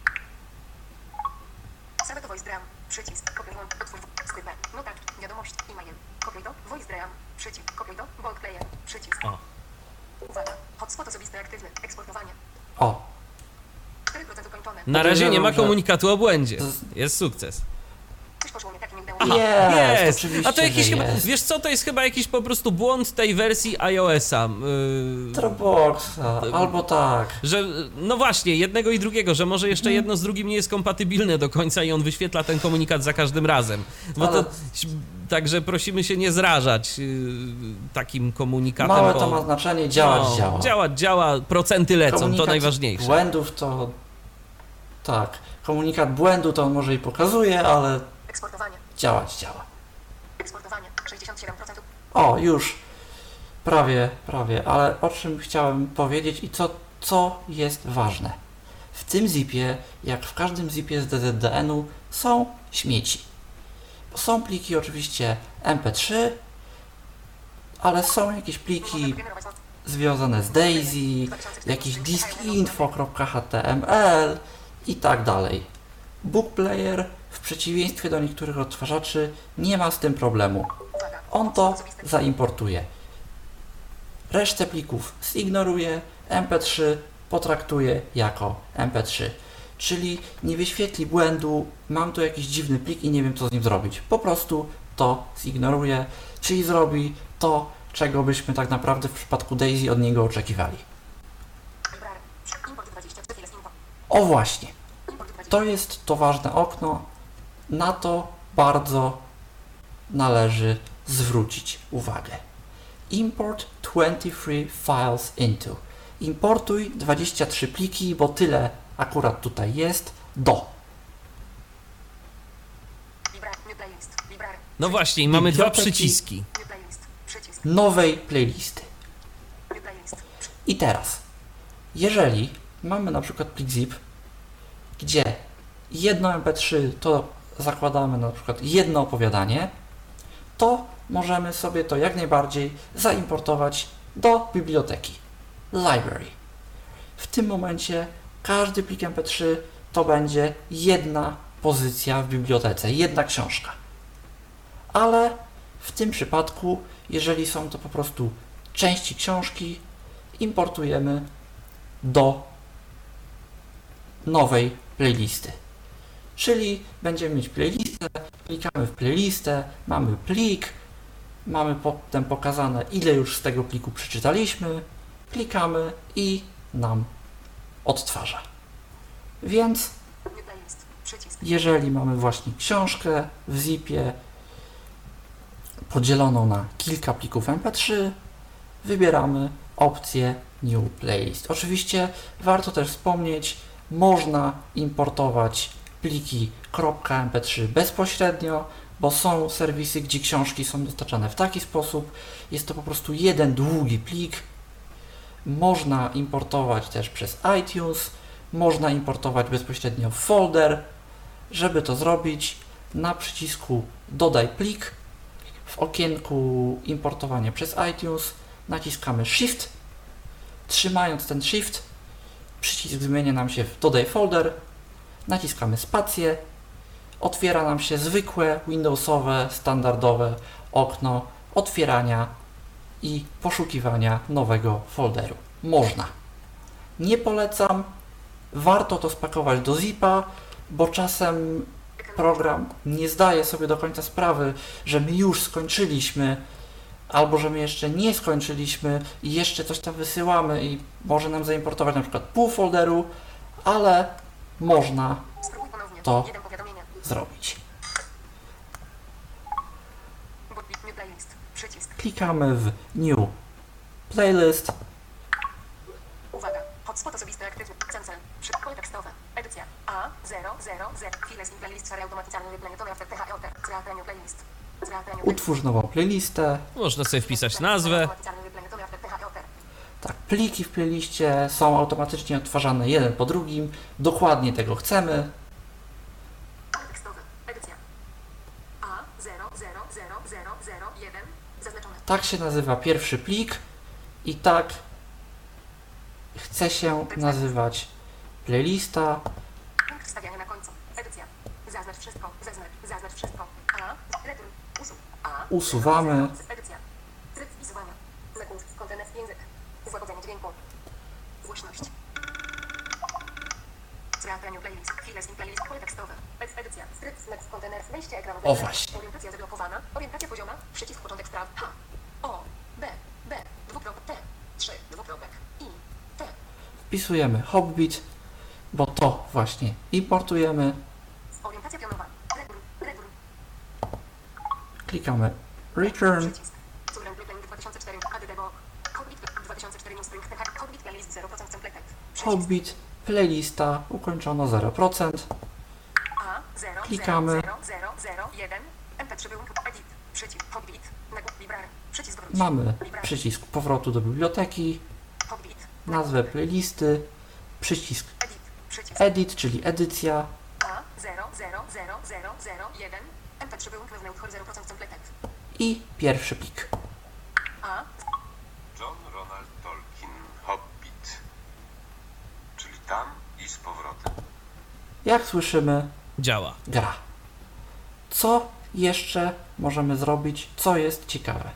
Select voice dram. Przycisk. Kopiuj. Łącz. Otwórz. Skype. Notatki. Wiadomość. E-mail. Kopiuj do. Voice dram. Przycisk. Kopiuj do. Bulk player. Przycisk. O. Uwaga. Hotspot osobisty aktywny. Eksportowanie. O, cztery procent ukończone. Na razie nie ma Podejrzewam, że- komunikatu o błędzie. Z- Jest sukces. Coś poszło nie tak i nie udało Aha. się. Jest, Jest! oczywiście, A to jakiś że chyba, jest. wiesz co, to jest chyba jakiś po prostu błąd tej wersji iOS-a. Yy, Dropboxa, albo tak. że, no właśnie, jednego i drugiego, że może jeszcze jedno z drugim nie jest kompatybilne do końca i on wyświetla ten komunikat za każdym razem. Bo Ale- to, także prosimy się nie zrażać yy, takim komunikatem. Małe bo, to ma znaczenie, działać no, działa. Działać działa, procenty lecą, to Komunikat najważniejsze. błędów to... Tak, komunikat błędu to on może i pokazuje, ale Eksportowanie. działać działa. Eksportowanie. sześćdziesiąt siedem procent. O, już. Prawie, prawie, ale o czym chciałem powiedzieć i co, co jest ważne. W tym zipie, jak w każdym zipie z D Z D N-u, są śmieci. Są pliki oczywiście M P trzy, ale są jakieś pliki Generować moc. związane z Daisy, jakiś diskinfo.html i tak dalej. Book Player w przeciwieństwie do niektórych odtwarzaczy nie ma z tym problemu. Uwaga. On to Osobisty. zaimportuje. Resztę plików zignoruje, M P trzy potraktuje jako M P trzy. Czyli nie wyświetli błędu, mam tu jakiś dziwny plik i nie wiem co z nim zrobić. Po prostu to zignoruje, czyli zrobi to, czego byśmy tak naprawdę w przypadku Daisy od niego oczekiwali. Library. Import dwadzieścia. Chwilę z info. O właśnie, Import dwadzieścia. to jest to ważne okno, na to bardzo należy zwrócić uwagę. Import twenty-three files into. Importuj dwadzieścia trzy pliki, bo tyle akurat tutaj jest, do. Library. New playlist. Library. No właśnie, i mamy dwa Biblioteki. przyciski. New playlist. Przycisk. Nowej playlisty. New playlist. I teraz, jeżeli mamy na przykład plik zip, gdzie jedno M P trzy to zakładamy na przykład jedno opowiadanie, to możemy sobie to jak najbardziej zaimportować do biblioteki library. W tym momencie każdy plik M P trzy to będzie jedna pozycja w bibliotece, jedna książka. Ale w tym przypadku, jeżeli są to po prostu części książki, importujemy do nowej playlisty. Czyli będziemy mieć playlistę, klikamy w playlistę, mamy plik, mamy potem pokazane, ile już z tego pliku przeczytaliśmy, klikamy i nam odtwarza. Więc New playlist. Przycisk. jeżeli mamy właśnie książkę w zipie podzieloną na kilka plików M P trzy, wybieramy opcję New Playlist. Oczywiście warto też wspomnieć, można importować pliki .m p trzy bezpośrednio, bo są serwisy, gdzie książki są dostarczane w taki sposób. Jest to po prostu jeden długi plik. Można importować też przez iTunes, można importować bezpośrednio w folder. Żeby to zrobić, na przycisku Dodaj plik w okienku Importowanie przez iTunes naciskamy Shift. Trzymając ten Shift, przycisk zmienia nam się w Dodaj folder. Naciskamy spację. Otwiera nam się zwykłe Windowsowe, standardowe okno otwierania i poszukiwania nowego folderu. Można. Nie polecam. Warto to spakować do zipa, bo czasem program nie zdaje sobie do końca sprawy, że my już skończyliśmy, albo że my jeszcze nie skończyliśmy i jeszcze coś tam wysyłamy i może nam zaimportować na przykład pół folderu, ale można Spróbuj ponownie. to Jeden powiadomienia. zrobić. Bootleg New Playlist. Przycisk. Klikamy w New Playlist. Uwaga. Hotspot osobisty aktywny. Cancel. Przy pole tekstowe. Edycja. A zero zero zero. Files in playlist szary automatyzalny wyplanietowy after T H L T. Create new playlist. Create new Utwórz nową playlistę. Można sobie wpisać nazwę. automatyzalny wyplanietowy after T H L T. Tak, pliki w playliście są automatycznie odtwarzane jeden po drugim. Dokładnie tego chcemy. Pole tekstowe. Edycja. A zero zero zero zero zero jeden. Zaznaczone. Tak się nazywa pierwszy plik i tak chce się nazywać playlista. Punkt wstawiania na końcu. Edycja. Zaznacz wszystko. Zaznacz. Zaznacz wszystko. A. Return. Usuw. A. Usuwamy. Edycja. Tryb wpisywania. Nakład. Kontener. Język. Złagodzenie dźwięku. Głośność. Create new playlist. Files in playlist. Pole tekstowe. Edycja. Tryb. Nakład. Kontener. Wejście ekranu. O właśnie. Orientacja zablokowana. Orientacja pozioma. Przycisk początek spraw. H. O. B. B. Dwukropek. T. trzy. Dwukropek. I. T. Wpisujemy Hobbit, bo to właśnie importujemy. Orientacja pionowa. Return. Return. Klikamy Return. Przycisk. Current Playing dwa tysiące cztery. A D D Bo. Hobbit dwa tysiące cztery New Spring. Hobbit Playlist zero procent Completed. Przycisk. Hobbit, playlista ukończono zero procent. A zero Klikamy. zero zero zero jeden. M P trzy wyłącz. Edit. Przycisk. Hobbit. Nagłówek. Library. Przycisk wróć. Mamy Library. przycisk powrotu do biblioteki, Hobbit. nazwę playlisty, przycisk Edit. Przycisk. Edit, czyli edycja A zero zero zero zero zero jeden. M P trzy wyłącz. Wewnętrzny zero procent Completed. i pierwszy plik. A John Ronald Tolkien, Hobbit. Czyli tam i z powrotem. Jak słyszymy, Działa. gra. Co jeszcze możemy zrobić, co jest ciekawe?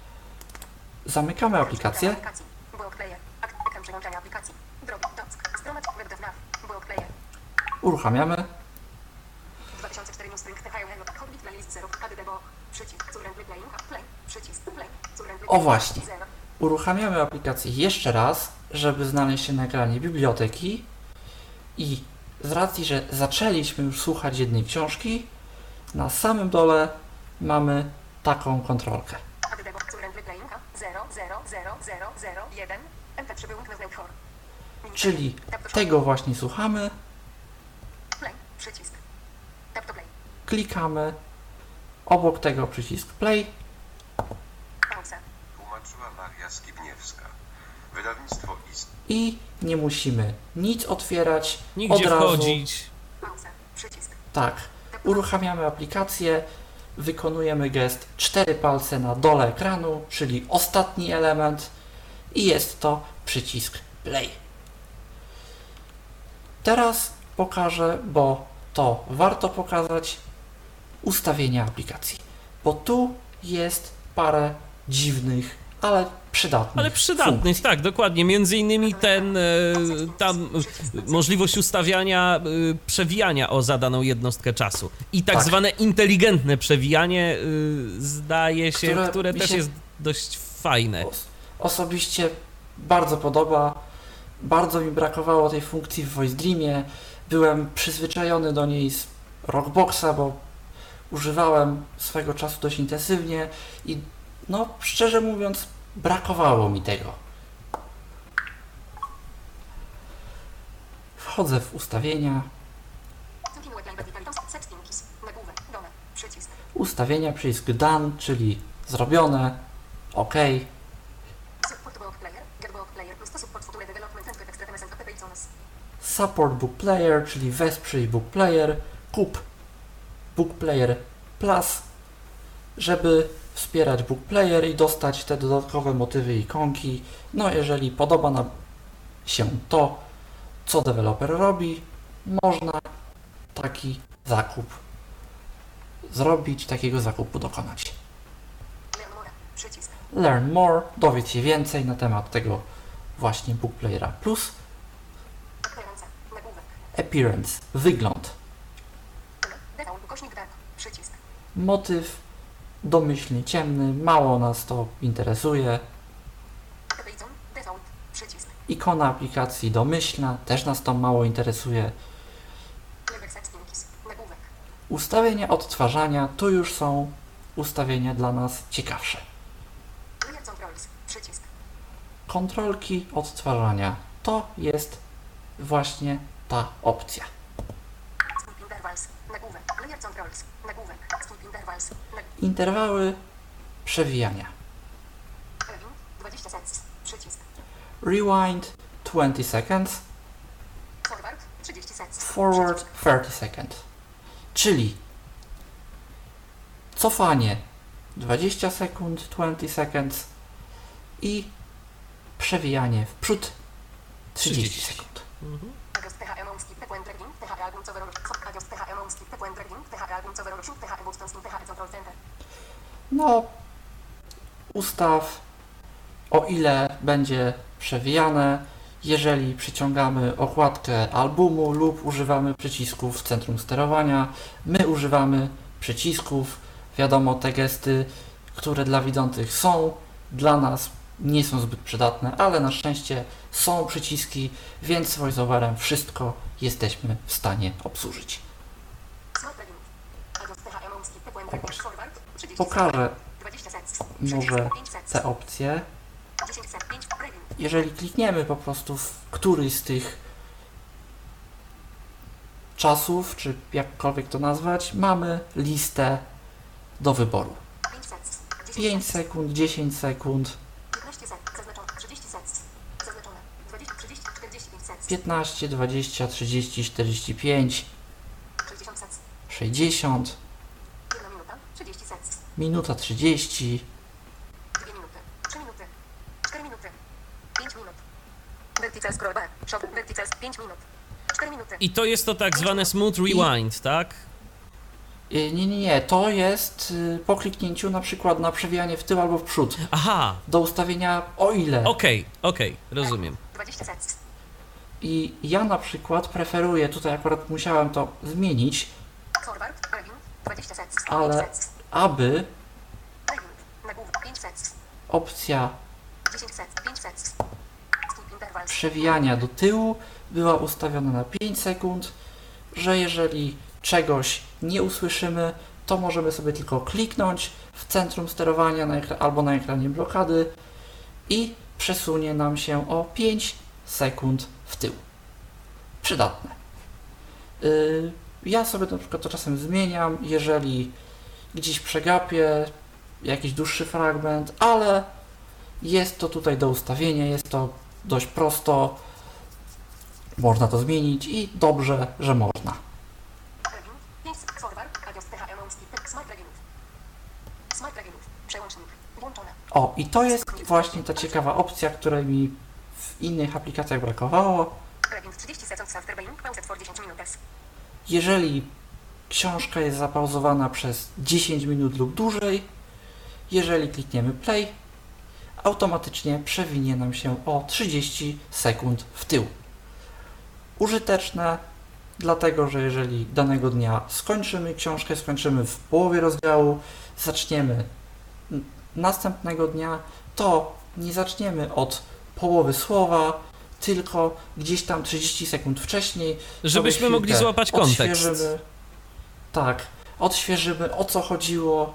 Zamykamy aplikację. Aplikacji. Block player. Ak- Ekran przełączania aplikacji. Drogi. Dock. Strona. WebDevNav. Block player. Uruchamiamy. dwa tysiące cztery New Spring. T H L. Hobbit Playlist zero. A D D Bo. Przycisk. Current Playing. Play. Przycisk. Play. Current O właśnie. zero. Uruchamiamy aplikację jeszcze raz, żeby znaleźć się na ekranie biblioteki i z racji, że zaczęliśmy już słuchać jednej książki, na samym dole mamy taką kontrolkę. A D D Bo. Current Playing. zero zero zero zero zero jeden. M P trzy wyłącz. Wewnętrzny. Czyli tego właśnie słuchamy, Play. Przycisk. Tap to play. klikamy, obok tego przycisk play, Pauza. Tłumaczyła Maria Skibniewska. Wydawnictwo ist. i nie musimy nic otwierać, Nigdzie od razu, wchodzić. Pauza. Przycisk. tak, uruchamiamy aplikację, wykonujemy gest cztery palce na dole ekranu, czyli ostatni element i jest to przycisk play. Teraz pokażę, bo to warto pokazać, ustawienia aplikacji, bo tu jest parę dziwnych, ale przydatnych Ale przydatny, funkcji. tak, dokładnie. Między innymi ten, e, tam e, możliwość ustawiania e, przewijania o zadaną jednostkę czasu. I tak, Tak. zwane inteligentne przewijanie, e, zdaje się, Które które mi też się- jest dość fajne. Os- Osobiście bardzo podoba. Bardzo mi brakowało tej funkcji w Voice Dreamie. Byłem przyzwyczajony do niej z Rockboxa, bo używałem swego czasu dość intensywnie i no szczerze mówiąc brakowało mi tego. Wchodzę w ustawienia, Continue web live vitalitos. Settings. Nagłówek. Dole. Przycisk. ustawienia, przycisk Done, czyli zrobione, OK. Support book player, get book player plus to support future development and text R T M S and app pages. Support Book Player, czyli wesprzyj Book Player, kup Book Player Plus, żeby wspierać Book Player i dostać te dodatkowe motywy i ikonki. No jeżeli podoba nam się to, co deweloper robi, można taki zakup zrobić, takiego zakupu dokonać. Learn more, przycisk. Learn more, dowiedz się więcej na temat tego właśnie Book Playera Plus. Appearance, nagłówek. Appearance, wygląd, Default, ukośnik dark, przycisk. motyw domyślnie ciemny, mało nas to interesuje. App pages, default, przycisk. Ikona aplikacji domyślna, też nas to mało interesuje. Level settings, nagłówek. Ustawienia odtwarzania, tu już są ustawienia dla nas ciekawsze. Layer controls, przycisk. Kontrolki odtwarzania, to jest właśnie ta opcja. Skip intervals, nagłówek. Layer controls, nagłówek. Skip intervals, nagłówek. Interwały przewijania. Rewind, dwadzieścia seconds, przycisk. Rewind twenty seconds, Forward, trzydzieści seconds. forward przycisk. thirty seconds. Czyli cofanie dwadzieścia sekund, twenty seconds i przewijanie w przód trzydzieści trzydzieści. sekund. Mhm. Adjust T H E Mount Skip Pequen Dragging, T H E Album Cover Adjust T H E Mount Skip Pequen Dragging, T H E Album Cover T H E Boost T H E Control Center. No, ustaw, o ile będzie przewijane, jeżeli przyciągamy okładkę albumu lub używamy przycisków w centrum sterowania. My używamy przycisków, wiadomo, te gesty, które dla widzących są, dla nas nie są zbyt przydatne, ale na szczęście są przyciski, więc z VoiceOverem wszystko jesteśmy w stanie obsłużyć. Smart Dragging. Adjust T H E Mount Skip Pequen Dragging, Forward, trzydzieści Pokażę dwadzieścia seconds. może pięć seconds. te opcje. dziesięć seconds. pięć Dragging. Jeżeli klikniemy po prostu w któryś z tych czasów, czy jakkolwiek to nazwać, mamy listę do wyboru. pięć seconds. pięć sekund, dziesięć sekund, piętnaście sekund. Zaznaczone. trzydzieści seconds. Zaznaczone. dwadzieścia, trzydzieści, czterdzieści pięć seconds. piętnaście, dwadzieścia, trzydzieści, czterdzieści pięć, sześćdziesiąt seconds. sześćdziesiąt, jedna minuta. trzydzieści seconds. minuta trzydzieści, dwie minuty. trzy minuty. cztery minuty. pięć minut. Vertical scroll bar. Shop. Vertical. pięć minut. cztery minuty. I to jest to tak zwane smooth rewind, tak? Y, Nie, nie, nie, to jest y, po kliknięciu na przykład na przewijanie w tył albo w przód. Aha, Do ustawienia o ile. okej, okej, rozumiem. dwadzieścia seconds. I ja na przykład preferuję, tutaj akurat musiałem to zmienić, Forward. Rewind. dwadzieścia seconds. ale pięć seconds. aby Rewind. Nagłówek. pięć seconds. opcja dziesięć seconds. pięć seconds. Skip intervals. przewijania do tyłu była ustawiona na pięć sekund, że jeżeli czegoś nie usłyszymy, to możemy sobie tylko kliknąć w centrum sterowania na ekra- albo na ekranie blokady i przesunie nam się o pięć sekund w tył. Przydatne. Yy, ja sobie na przykład to czasem zmieniam, jeżeli gdzieś przegapię jakiś dłuższy fragment, ale jest to tutaj do ustawienia, jest to dość prosto, można to zmienić i dobrze, że można. Rewind. pięć seconds. Forward. Adjust T H E Mount Skip. Smart Rewind. Smart Rewind. Przełącznik. Włączone. O, i to jest właśnie ta ciekawa opcja, której mi w innych aplikacjach brakowało. Rewind. trzydzieści seconds after being paused for dziesięć minutes. Jeżeli książka jest zapauzowana przez dziesięć minut lub dłużej, jeżeli klikniemy play, automatycznie przewinie nam się o trzydzieści sekund w tył. Użyteczne, dlatego że jeżeli danego dnia skończymy książkę, skończymy w połowie rozdziału, zaczniemy n- następnego dnia, to nie zaczniemy od połowy słowa, tylko gdzieś tam trzydzieści sekund wcześniej. Żebyśmy sobie mogli chwilkę złapać kontekst. odświeżymy. Tak, odświeżymy, o co chodziło,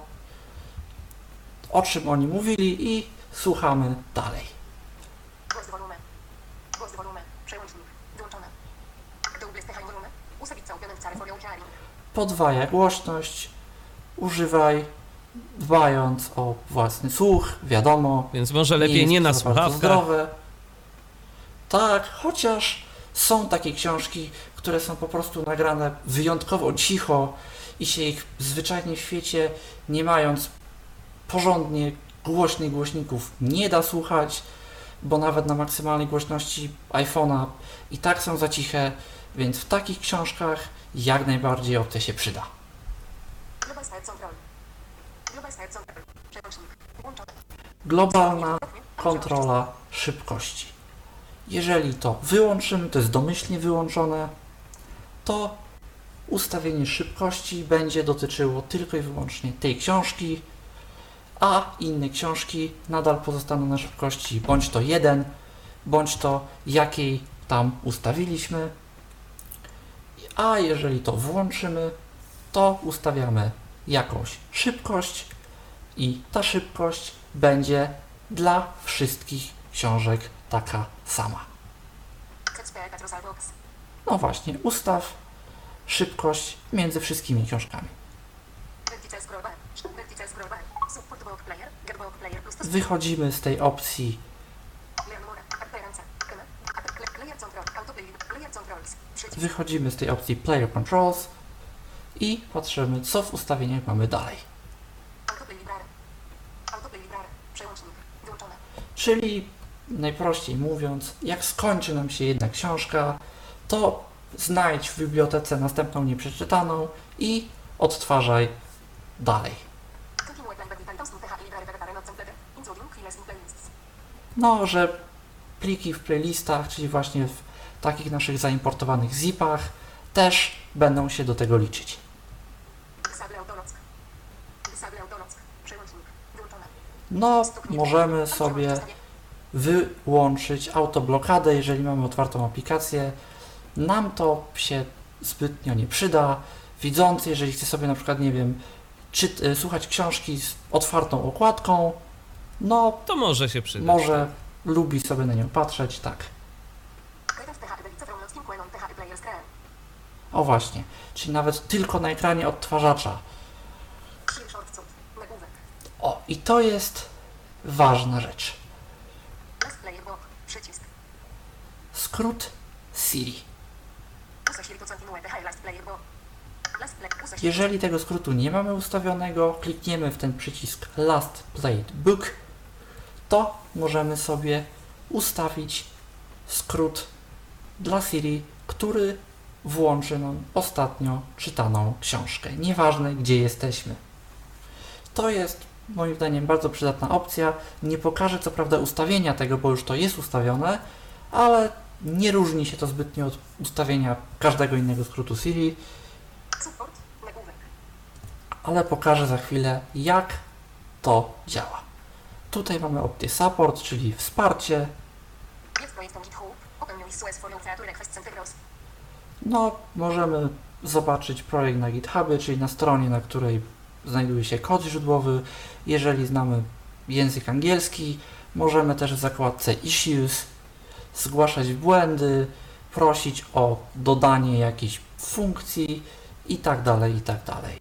o czym oni mówili i słuchamy dalej. Głos volume. Głos volume. Przełącznik. Włączone. Double stechaj volume. Ustawić całkowem całe for your hearing. Podwaja głośność, używaj, dbając o własny słuch, wiadomo. Więc może lepiej nie, jest na to bardzo słuchawkach. zdrowe. Tak, chociaż są takie książki, które są po prostu nagrane wyjątkowo cicho i się ich zwyczajnie w świecie, nie mając porządnie głośnych głośników, nie da słuchać, bo nawet na maksymalnej głośności iPhone'a i tak są za ciche, więc w takich książkach jak najbardziej opcja się przyda. Global Start Control. Global Start Control. Przełącznik. Włączony. Globalna kontrola szybkości. Jeżeli to wyłączymy, to jest domyślnie wyłączone, to ustawienie szybkości będzie dotyczyło tylko i wyłącznie tej książki, a inne książki nadal pozostaną na szybkości bądź to jeden, bądź to jakiej tam ustawiliśmy. A jeżeli to włączymy, to ustawiamy jakąś szybkość i ta szybkość będzie dla wszystkich książek taka sama. No właśnie, ustaw szybkość między wszystkimi książkami. Wychodzimy z tej opcji Wychodzimy z tej opcji Player Controls i patrzymy, co w ustawieniach mamy dalej. Czyli najprościej mówiąc, jak skończy nam się jedna książka, to znajdź w bibliotece następną nieprzeczytaną i odtwarzaj dalej. No, że pliki w playlistach, czyli właśnie w takich naszych zaimportowanych zipach, też będą się do tego liczyć. No, możemy sobie wyłączyć autoblokadę, jeżeli mamy otwartą aplikację. Nam to się zbytnio nie przyda. Widzący, jeżeli chce sobie na przykład, nie wiem, czy, słuchać książki z otwartą okładką, no To może się przydać. może lubi sobie na nią patrzeć, tak. O właśnie, czyli nawet tylko na ekranie odtwarzacza. O, i to jest ważna rzecz. Skrót Siri. Jeżeli tego skrótu nie mamy ustawionego, klikniemy w ten przycisk Last Played Book, to możemy sobie ustawić skrót dla Siri, który włączy nam ostatnio czytaną książkę, nieważne gdzie jesteśmy. To jest moim zdaniem bardzo przydatna opcja. Nie pokażę co prawda ustawienia tego, bo już to jest ustawione, ale nie różni się to zbytnio od ustawienia każdego innego skrótu Siri. Ale pokażę za chwilę, jak to działa. Tutaj mamy opcję Support, czyli wsparcie. No, możemy zobaczyć projekt na GitHubie, czyli na stronie, na której znajduje się kod źródłowy. Jeżeli znamy język angielski, możemy też w zakładce Issues zgłaszać błędy, prosić o dodanie jakiejś funkcji i tak dalej, i tak dalej.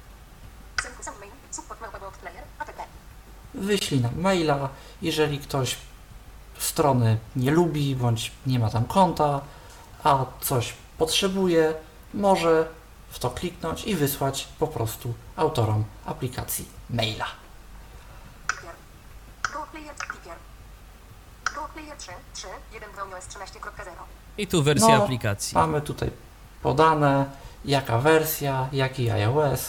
Wyślij nam maila, jeżeli ktoś strony nie lubi, bądź nie ma tam konta, a coś potrzebuje, może w to kliknąć i wysłać po prostu autorom aplikacji maila. I tu wersja No, aplikacji. Mamy tutaj podane, jaka wersja, jaki iOS.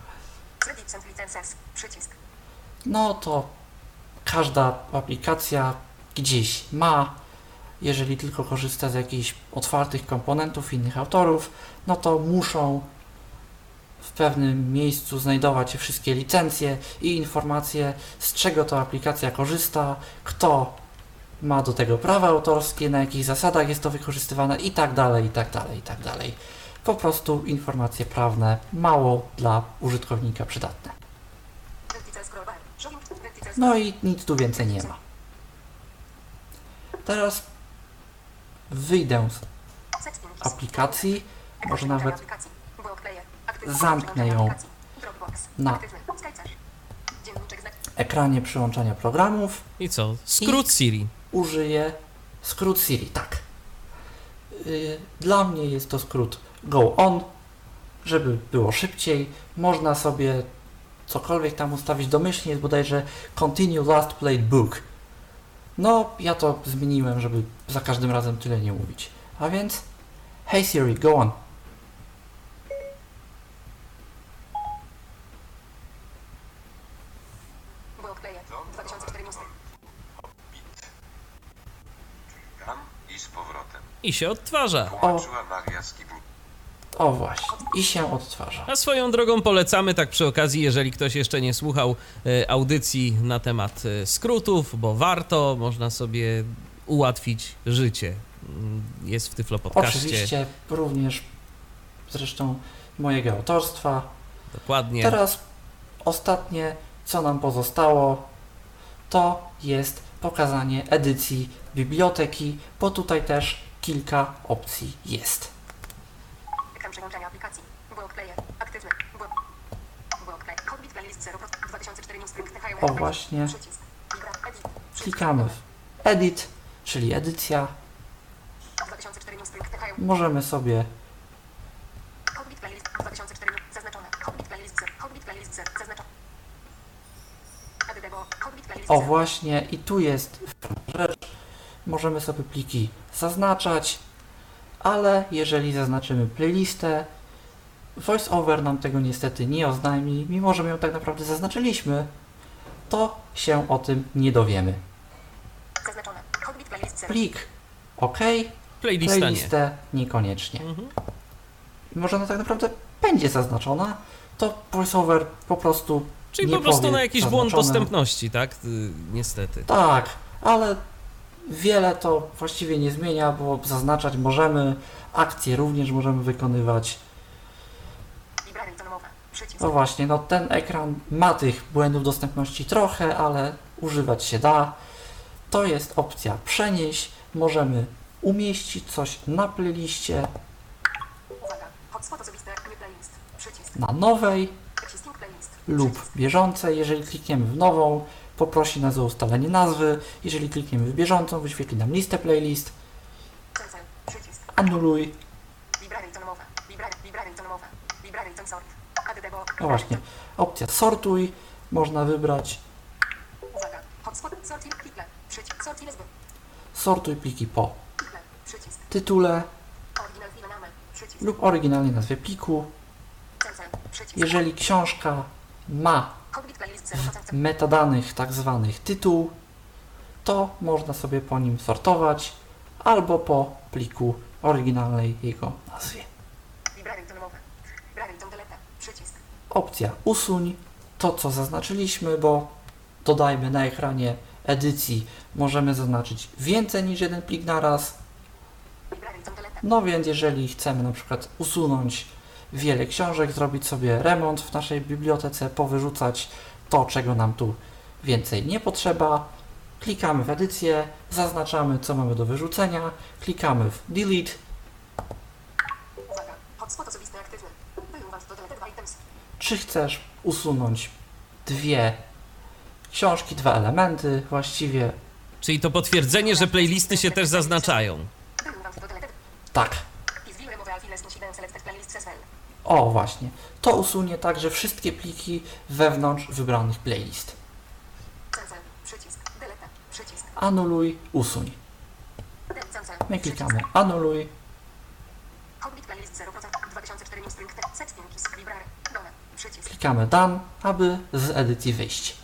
No to każda aplikacja gdzieś ma, jeżeli tylko korzysta z jakichś otwartych komponentów innych autorów, no to muszą w pewnym miejscu znajdować się wszystkie licencje i informacje, z czego ta aplikacja korzysta, kto ma do tego prawa autorskie, na jakich zasadach jest to wykorzystywane i tak dalej, i tak dalej, i tak dalej. Po prostu informacje prawne mało dla użytkownika przydatne. No i nic tu więcej nie ma. Teraz wyjdę z aplikacji, może nawet zamknę ją na Aktywny. Skycer. Dzienniczek znak. ekranie przyłączania programów I co? Skrót Siri. użyję skrót Siri, tak. Yy, Dla mnie jest to skrót Go On, żeby było szybciej. Można sobie cokolwiek tam ustawić domyślnie, jest bodajże Continue Last Played Book. No, ja to zmieniłem, żeby za każdym razem tyle nie mówić. A więc, hey Siri, go on. Block player. John dwa tysiące cztery news. Hobbit. Czyli tam i z powrotem. I się odtwarza. Tłumaczyła Maria Skibniewska. O właśnie, i się odtwarza. A swoją drogą polecamy, tak przy okazji, jeżeli ktoś jeszcze nie słuchał e, audycji na temat e, skrótów, bo warto, można sobie ułatwić życie. Mm, Jest w Tyflo Podcaście. Oczywiście, również zresztą mojego autorstwa. Dokładnie. Teraz ostatnie, co nam pozostało, to jest pokazanie edycji biblioteki, bo tutaj też kilka opcji jest. Ekran przełączania aplikacji. Block player. Aktywny. Block. Block player. Hobbit playlist zero dwa tysiące cztery news. O właśnie, Przycisk. Libra. Edit. Przycisk. klikamy w Edit, czyli edycja. dwa tysiące cztery news. Możemy sobie Hobbit playlist dwa tysiące cztery zaznaczone. Hobbit playlist zero. Hobbit playlist zero. Zaznaczone. Editebo. Hobbit playlist O zero. właśnie, i tu jest rzecz, możemy sobie pliki zaznaczać, ale jeżeli zaznaczymy playlistę, VoiceOver nam tego niestety nie oznajmi, mimo że my ją tak naprawdę zaznaczyliśmy, to się o tym nie dowiemy. Zaznaczone. Hobbit playlist zero. Plik OK, Playlista nie. playlistę niekoniecznie. Mhm. Mimo że ona tak naprawdę będzie zaznaczona, to VoiceOver po prostu Czyli nie po prostu powie na jakiś błąd zaznaczone. dostępności, tak? Y, Niestety. Tak, ale wiele to właściwie nie zmienia, bo zaznaczać możemy, akcje również możemy wykonywać. Library tonowa. Przycisk. No właśnie, no ten ekran ma tych błędów dostępności trochę, ale używać się da. To jest opcja przenieść, możemy umieścić coś na playliście, Uwaga. Hotspot osobiste. Nie playlist. Przycisk. na nowej Existing playlist. lub Przycisk. bieżącej. Jeżeli klikniemy w nową, poprosi nas o ustalenie nazwy. Jeżeli klikniemy w bieżącą, wyświetli nam listę playlist. Cancel. Przycisk. Anuluj. Library tonowa. Library. Library tonowa. Library ton sort. Editebo. No właśnie, opcja sortuj można wybrać. Uwaga. Hotspot. Sorting. Klikle. Przycisk. Sorting S B. Sortuj pliki po Klikle. Przycisk. tytule Oryginal file name. Przycisk. lub oryginalnej nazwie pliku. Cancel. Przycisk. Jeżeli książka ma Hobbit playlist zero procent. metadanych, tak zwanych tytuł, to można sobie po nim sortować albo po pliku oryginalnej jego nazwie. Library tonowe. Library ton delete. Przycisk. Opcja usuń to, co zaznaczyliśmy, bo dodajmy na ekranie edycji możemy zaznaczyć więcej niż jeden plik na raz. Library ton delete. No więc jeżeli chcemy na przykład usunąć wiele książek, zrobić sobie remont w naszej bibliotece, powyrzucać to, czego nam tu więcej nie potrzeba, klikamy w edycję, zaznaczamy, co mamy do wyrzucenia, klikamy w delete. Uwaga. Hotspot osobisty aktywny. Wyłącz do delete dwa items. Czy chcesz usunąć dwie książki, dwa elementy właściwie? Czyli to potwierdzenie, że playlisty się też zaznaczają. Wyłącz do delete. Tak. Is view remove all files musi then select playlist as well. O właśnie. To usunie także wszystkie pliki wewnątrz wybranych playlist. Cancel. Przycisk. Delete. Przycisk. Anuluj, usuń. Cancel. My klikamy anuluj. Hobbit playlist zero procent. dwa tysiące cztery news. Setting kis. Library. Dole. Przycisk. Klikamy done, aby z edycji wyjść.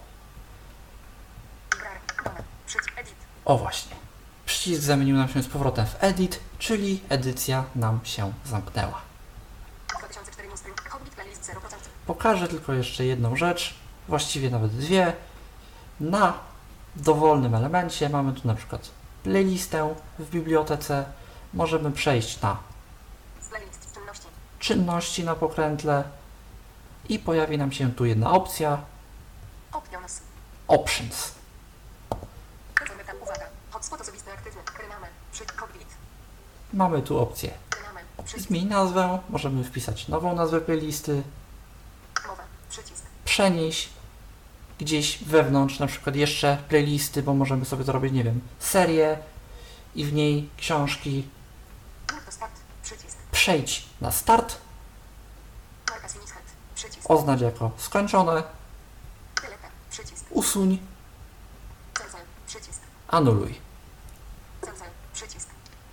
Library. Dole. Przycisk. Edit. O właśnie. Przycisk zamienił nam się z powrotem w edit, czyli edycja nam się zamknęła. dwa tysiące cztery news. Hobbit playlist zero procent. Pokażę tylko jeszcze jedną rzecz, właściwie nawet dwie. Na dowolnym elemencie mamy tu na przykład playlistę w bibliotece. Możemy przejść na Playlist. Czynności. czynności na pokrętle i pojawi nam się tu jedna opcja Options. Options. Zamykam. Uwaga. Hotspot osobisty aktywny. Rename. Przycisk. Hobbit. Mamy tu opcję Rename. Przycisk. zmień nazwę, możemy wpisać nową nazwę playlisty. Mowa. przenieść gdzieś wewnątrz, na przykład jeszcze playlisty, bo możemy sobie zrobić, nie wiem, serię i w niej książki. Move to start. Przycisk. Przejdź na start, Marka finish head. Przycisk. oznacz jako skończone, Delete. Przycisk. usuń, Cancel. Przycisk. anuluj. Cancel. Przycisk.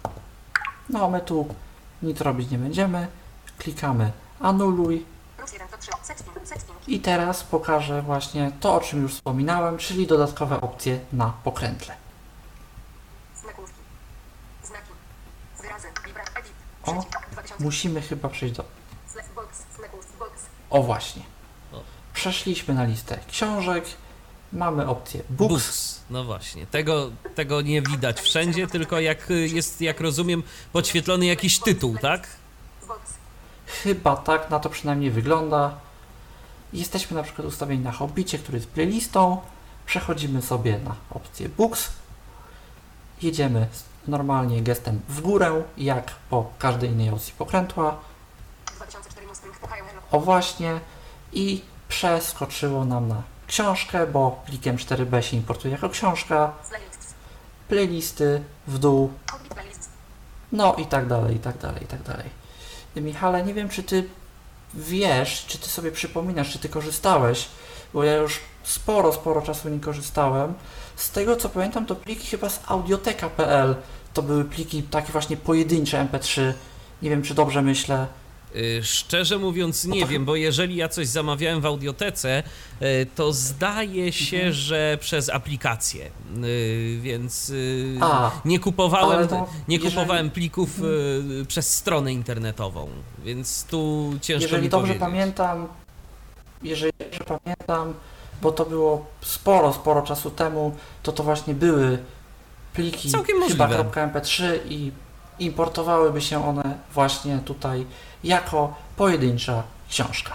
No, my tu nic robić nie będziemy. Klikamy anuluj Plus jeden to trzy. Setting. Setting. i teraz pokażę właśnie to, o czym już wspominałem, czyli dodatkowe opcje na pokrętle. Znakówki. Znaki. Wyrazy. Vibra. Edit. O, Przycisk. dwa tysiące. musimy chyba przejść do... Slash box. Znaków. Box. O właśnie. O. Przeszliśmy na listę książek. Mamy opcję books. Books. No właśnie, tego, tego nie widać wszędzie, tylko jak y, jest, jak rozumiem, podświetlony jakiś tytuł, tak? Box. Chyba tak, na to przynajmniej wygląda. Jesteśmy na przykład ustawieni na Hobbicie, który jest playlistą. Przechodzimy sobie na opcję books. Jedziemy normalnie gestem w górę, jak po każdej innej opcji pokrętła. dwa tysiące cztery Mustang. Ohio Hello. O właśnie. I przeskoczyło nam na książkę, bo plikiem cztery B się importuje jako książka. Playlists. Playlisty w dół. Hobbit playlists. No i tak dalej, i tak dalej, i tak dalej. Michale, nie wiem, czy ty wiesz, czy ty sobie przypominasz, czy ty korzystałeś, bo ja już sporo, sporo czasu nie korzystałem. Z tego, co pamiętam, to pliki chyba z audioteka kropka p l. To były pliki takie właśnie pojedyncze M P trzy. Nie wiem, czy dobrze myślę. Y, Szczerze mówiąc nie No to- wiem, bo jeżeli ja coś zamawiałem w audiotece, y, to zdaje się, Mhm. że przez aplikację, y, więc y, A, nie kupowałem, ale to nie jeżeli- kupowałem plików y, przez stronę internetową, więc tu ciężko Jeżeli mi dobrze powiedzieć. pamiętam, jeżeli dobrze pamiętam, bo to było sporo, sporo czasu temu, to to właśnie były pliki Całkiem chyba możliwe. .m p trzy i importowałyby się one właśnie tutaj jako pojedyncza książka.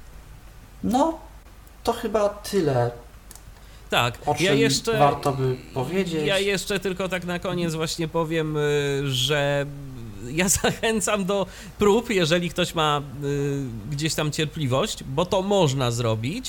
No, to chyba tyle, Tak, o czym ja jeszcze warto by powiedzieć. Ja jeszcze tylko tak na koniec właśnie powiem, y, że ja zachęcam do prób, jeżeli ktoś ma y, gdzieś tam cierpliwość, bo to można zrobić.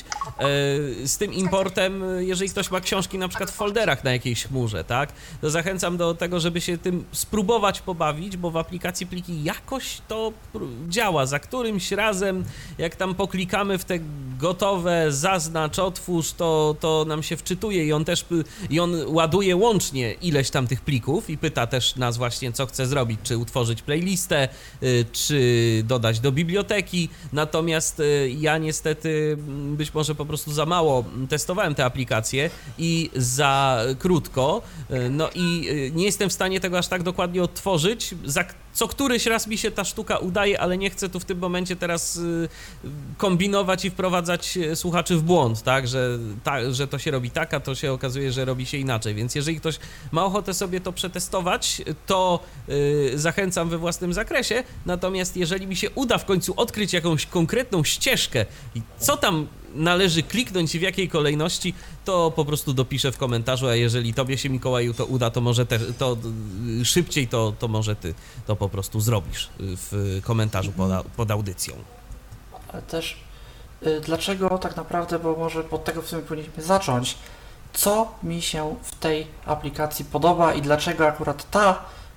Y, z tym importem, y, jeżeli ktoś ma książki na przykład w folderach na jakiejś chmurze, tak, to zachęcam do tego, żeby się tym spróbować pobawić, bo w aplikacji pliki jakoś to pró- działa. Za którymś razem, jak tam poklikamy w te gotowe, zaznacz, otwórz, to, to nam się wczytuje i on też y, i on ładuje łącznie ileś tam tych plików i pyta też nas właśnie, co chce zrobić, czy utworzyć playlistę, y, czy dodać do biblioteki. Natomiast y, ja niestety m, być może po prostu za mało testowałem te aplikacje i za krótko, y, no i y, nie jestem w stanie tego aż tak dokładnie odtworzyć. Za k- co któryś raz mi się ta sztuka udaje, ale nie chcę tu w tym momencie teraz y, kombinować i wprowadzać y, słuchaczy w błąd, tak, że, ta, że to się robi tak, a to się okazuje, że robi się inaczej, więc jeżeli ktoś ma ochotę sobie to przetestować, to y, zachęcam we własnym zakresie, natomiast jeżeli mi się uda w końcu odkryć jakąś konkretną ścieżkę i co tam należy kliknąć i w jakiej kolejności, to po prostu dopiszę w komentarzu, a jeżeli tobie się, Mikołaju, to uda, to może też, to y, szybciej, to, to może ty to po prostu zrobisz y, w komentarzu pod, au- pod audycją. Ale też y, dlaczego tak naprawdę, bo może od tego w sumie powinniśmy zacząć, co mi się w tej aplikacji podoba i dlaczego akurat ta,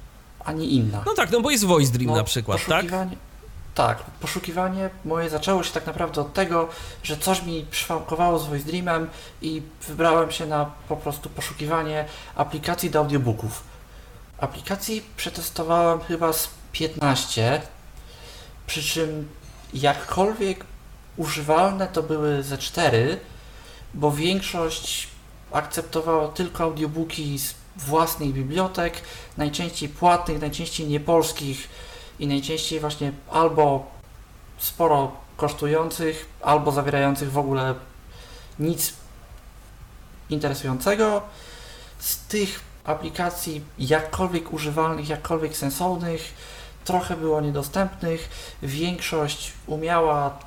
a nie inna. No tak, no bo jest Voice Dream No, na przykład, tak? poszukiwanie, tak? poszukiwanie moje zaczęło się tak naprawdę od tego, że coś mi przyfałkowało z Voice Dreamem i wybrałem się na po prostu poszukiwanie aplikacji do audiobooków. Aplikacji przetestowałem chyba z piętnaście, przy czym jakkolwiek używalne to były ze cztery, bo większość akceptowała tylko audiobooki z własnych bibliotek, najczęściej płatnych, najczęściej niepolskich i najczęściej właśnie albo sporo kosztujących, albo zawierających w ogóle nic interesującego. Z tych aplikacji jakkolwiek używalnych, jakkolwiek sensownych, trochę było niedostępnych. Większość umiała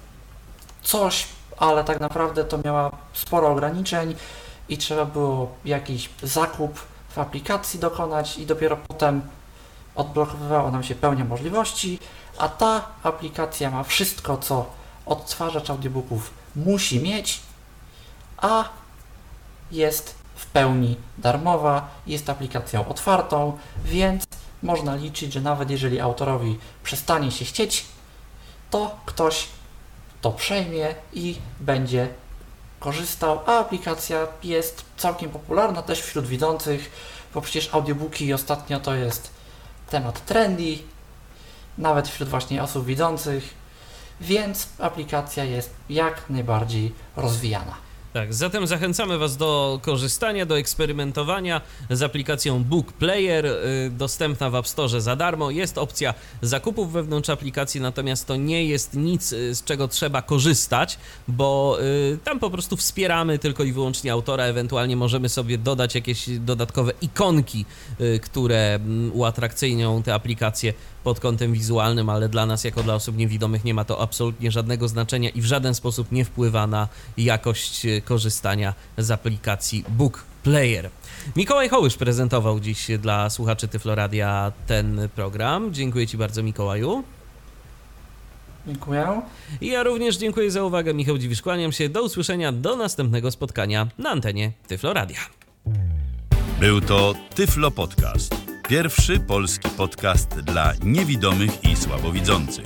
coś, ale tak naprawdę to miała sporo ograniczeń i trzeba było jakiś zakup w aplikacji dokonać i dopiero potem odblokowywała nam się pełnia możliwości, a ta aplikacja ma wszystko, co odtwarzacz audiobooków musi mieć, a jest w pełni darmowa, jest aplikacją otwartą, więc można liczyć, że nawet jeżeli autorowi przestanie się chcieć, to ktoś to przejmie i będzie korzystał, a aplikacja jest całkiem popularna też wśród widzących, bo przecież audiobooki ostatnio to jest temat trendy, nawet wśród właśnie osób widzących, więc aplikacja jest jak najbardziej rozwijana. Tak, zatem zachęcamy Was do korzystania, do eksperymentowania z aplikacją Book Player, y, dostępna w App Store za darmo. Jest opcja zakupów wewnątrz aplikacji, natomiast to nie jest nic, y, z czego trzeba korzystać, bo y, tam po prostu wspieramy tylko i wyłącznie autora, ewentualnie możemy sobie dodać jakieś dodatkowe ikonki, y, które y, uatrakcyjnią te aplikacje pod kątem wizualnym, ale dla nas, jako dla osób niewidomych, nie ma to absolutnie żadnego znaczenia i w żaden sposób nie wpływa na jakość korzystania z aplikacji Book Player. Mikołaj Hołysz prezentował dziś dla słuchaczy Tyfloradia ten program. Dziękuję Ci bardzo, Mikołaju. Dziękuję. I ja również dziękuję za uwagę. Michał Dziwisz, kłaniam się. Do usłyszenia, do następnego spotkania na antenie Tyfloradia. Był to Tyflo Podcast. Pierwszy polski podcast dla niewidomych i słabowidzących.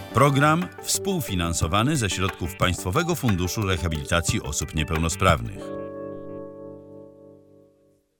Program współfinansowany ze środków Państwowego Funduszu Rehabilitacji Osób Niepełnosprawnych.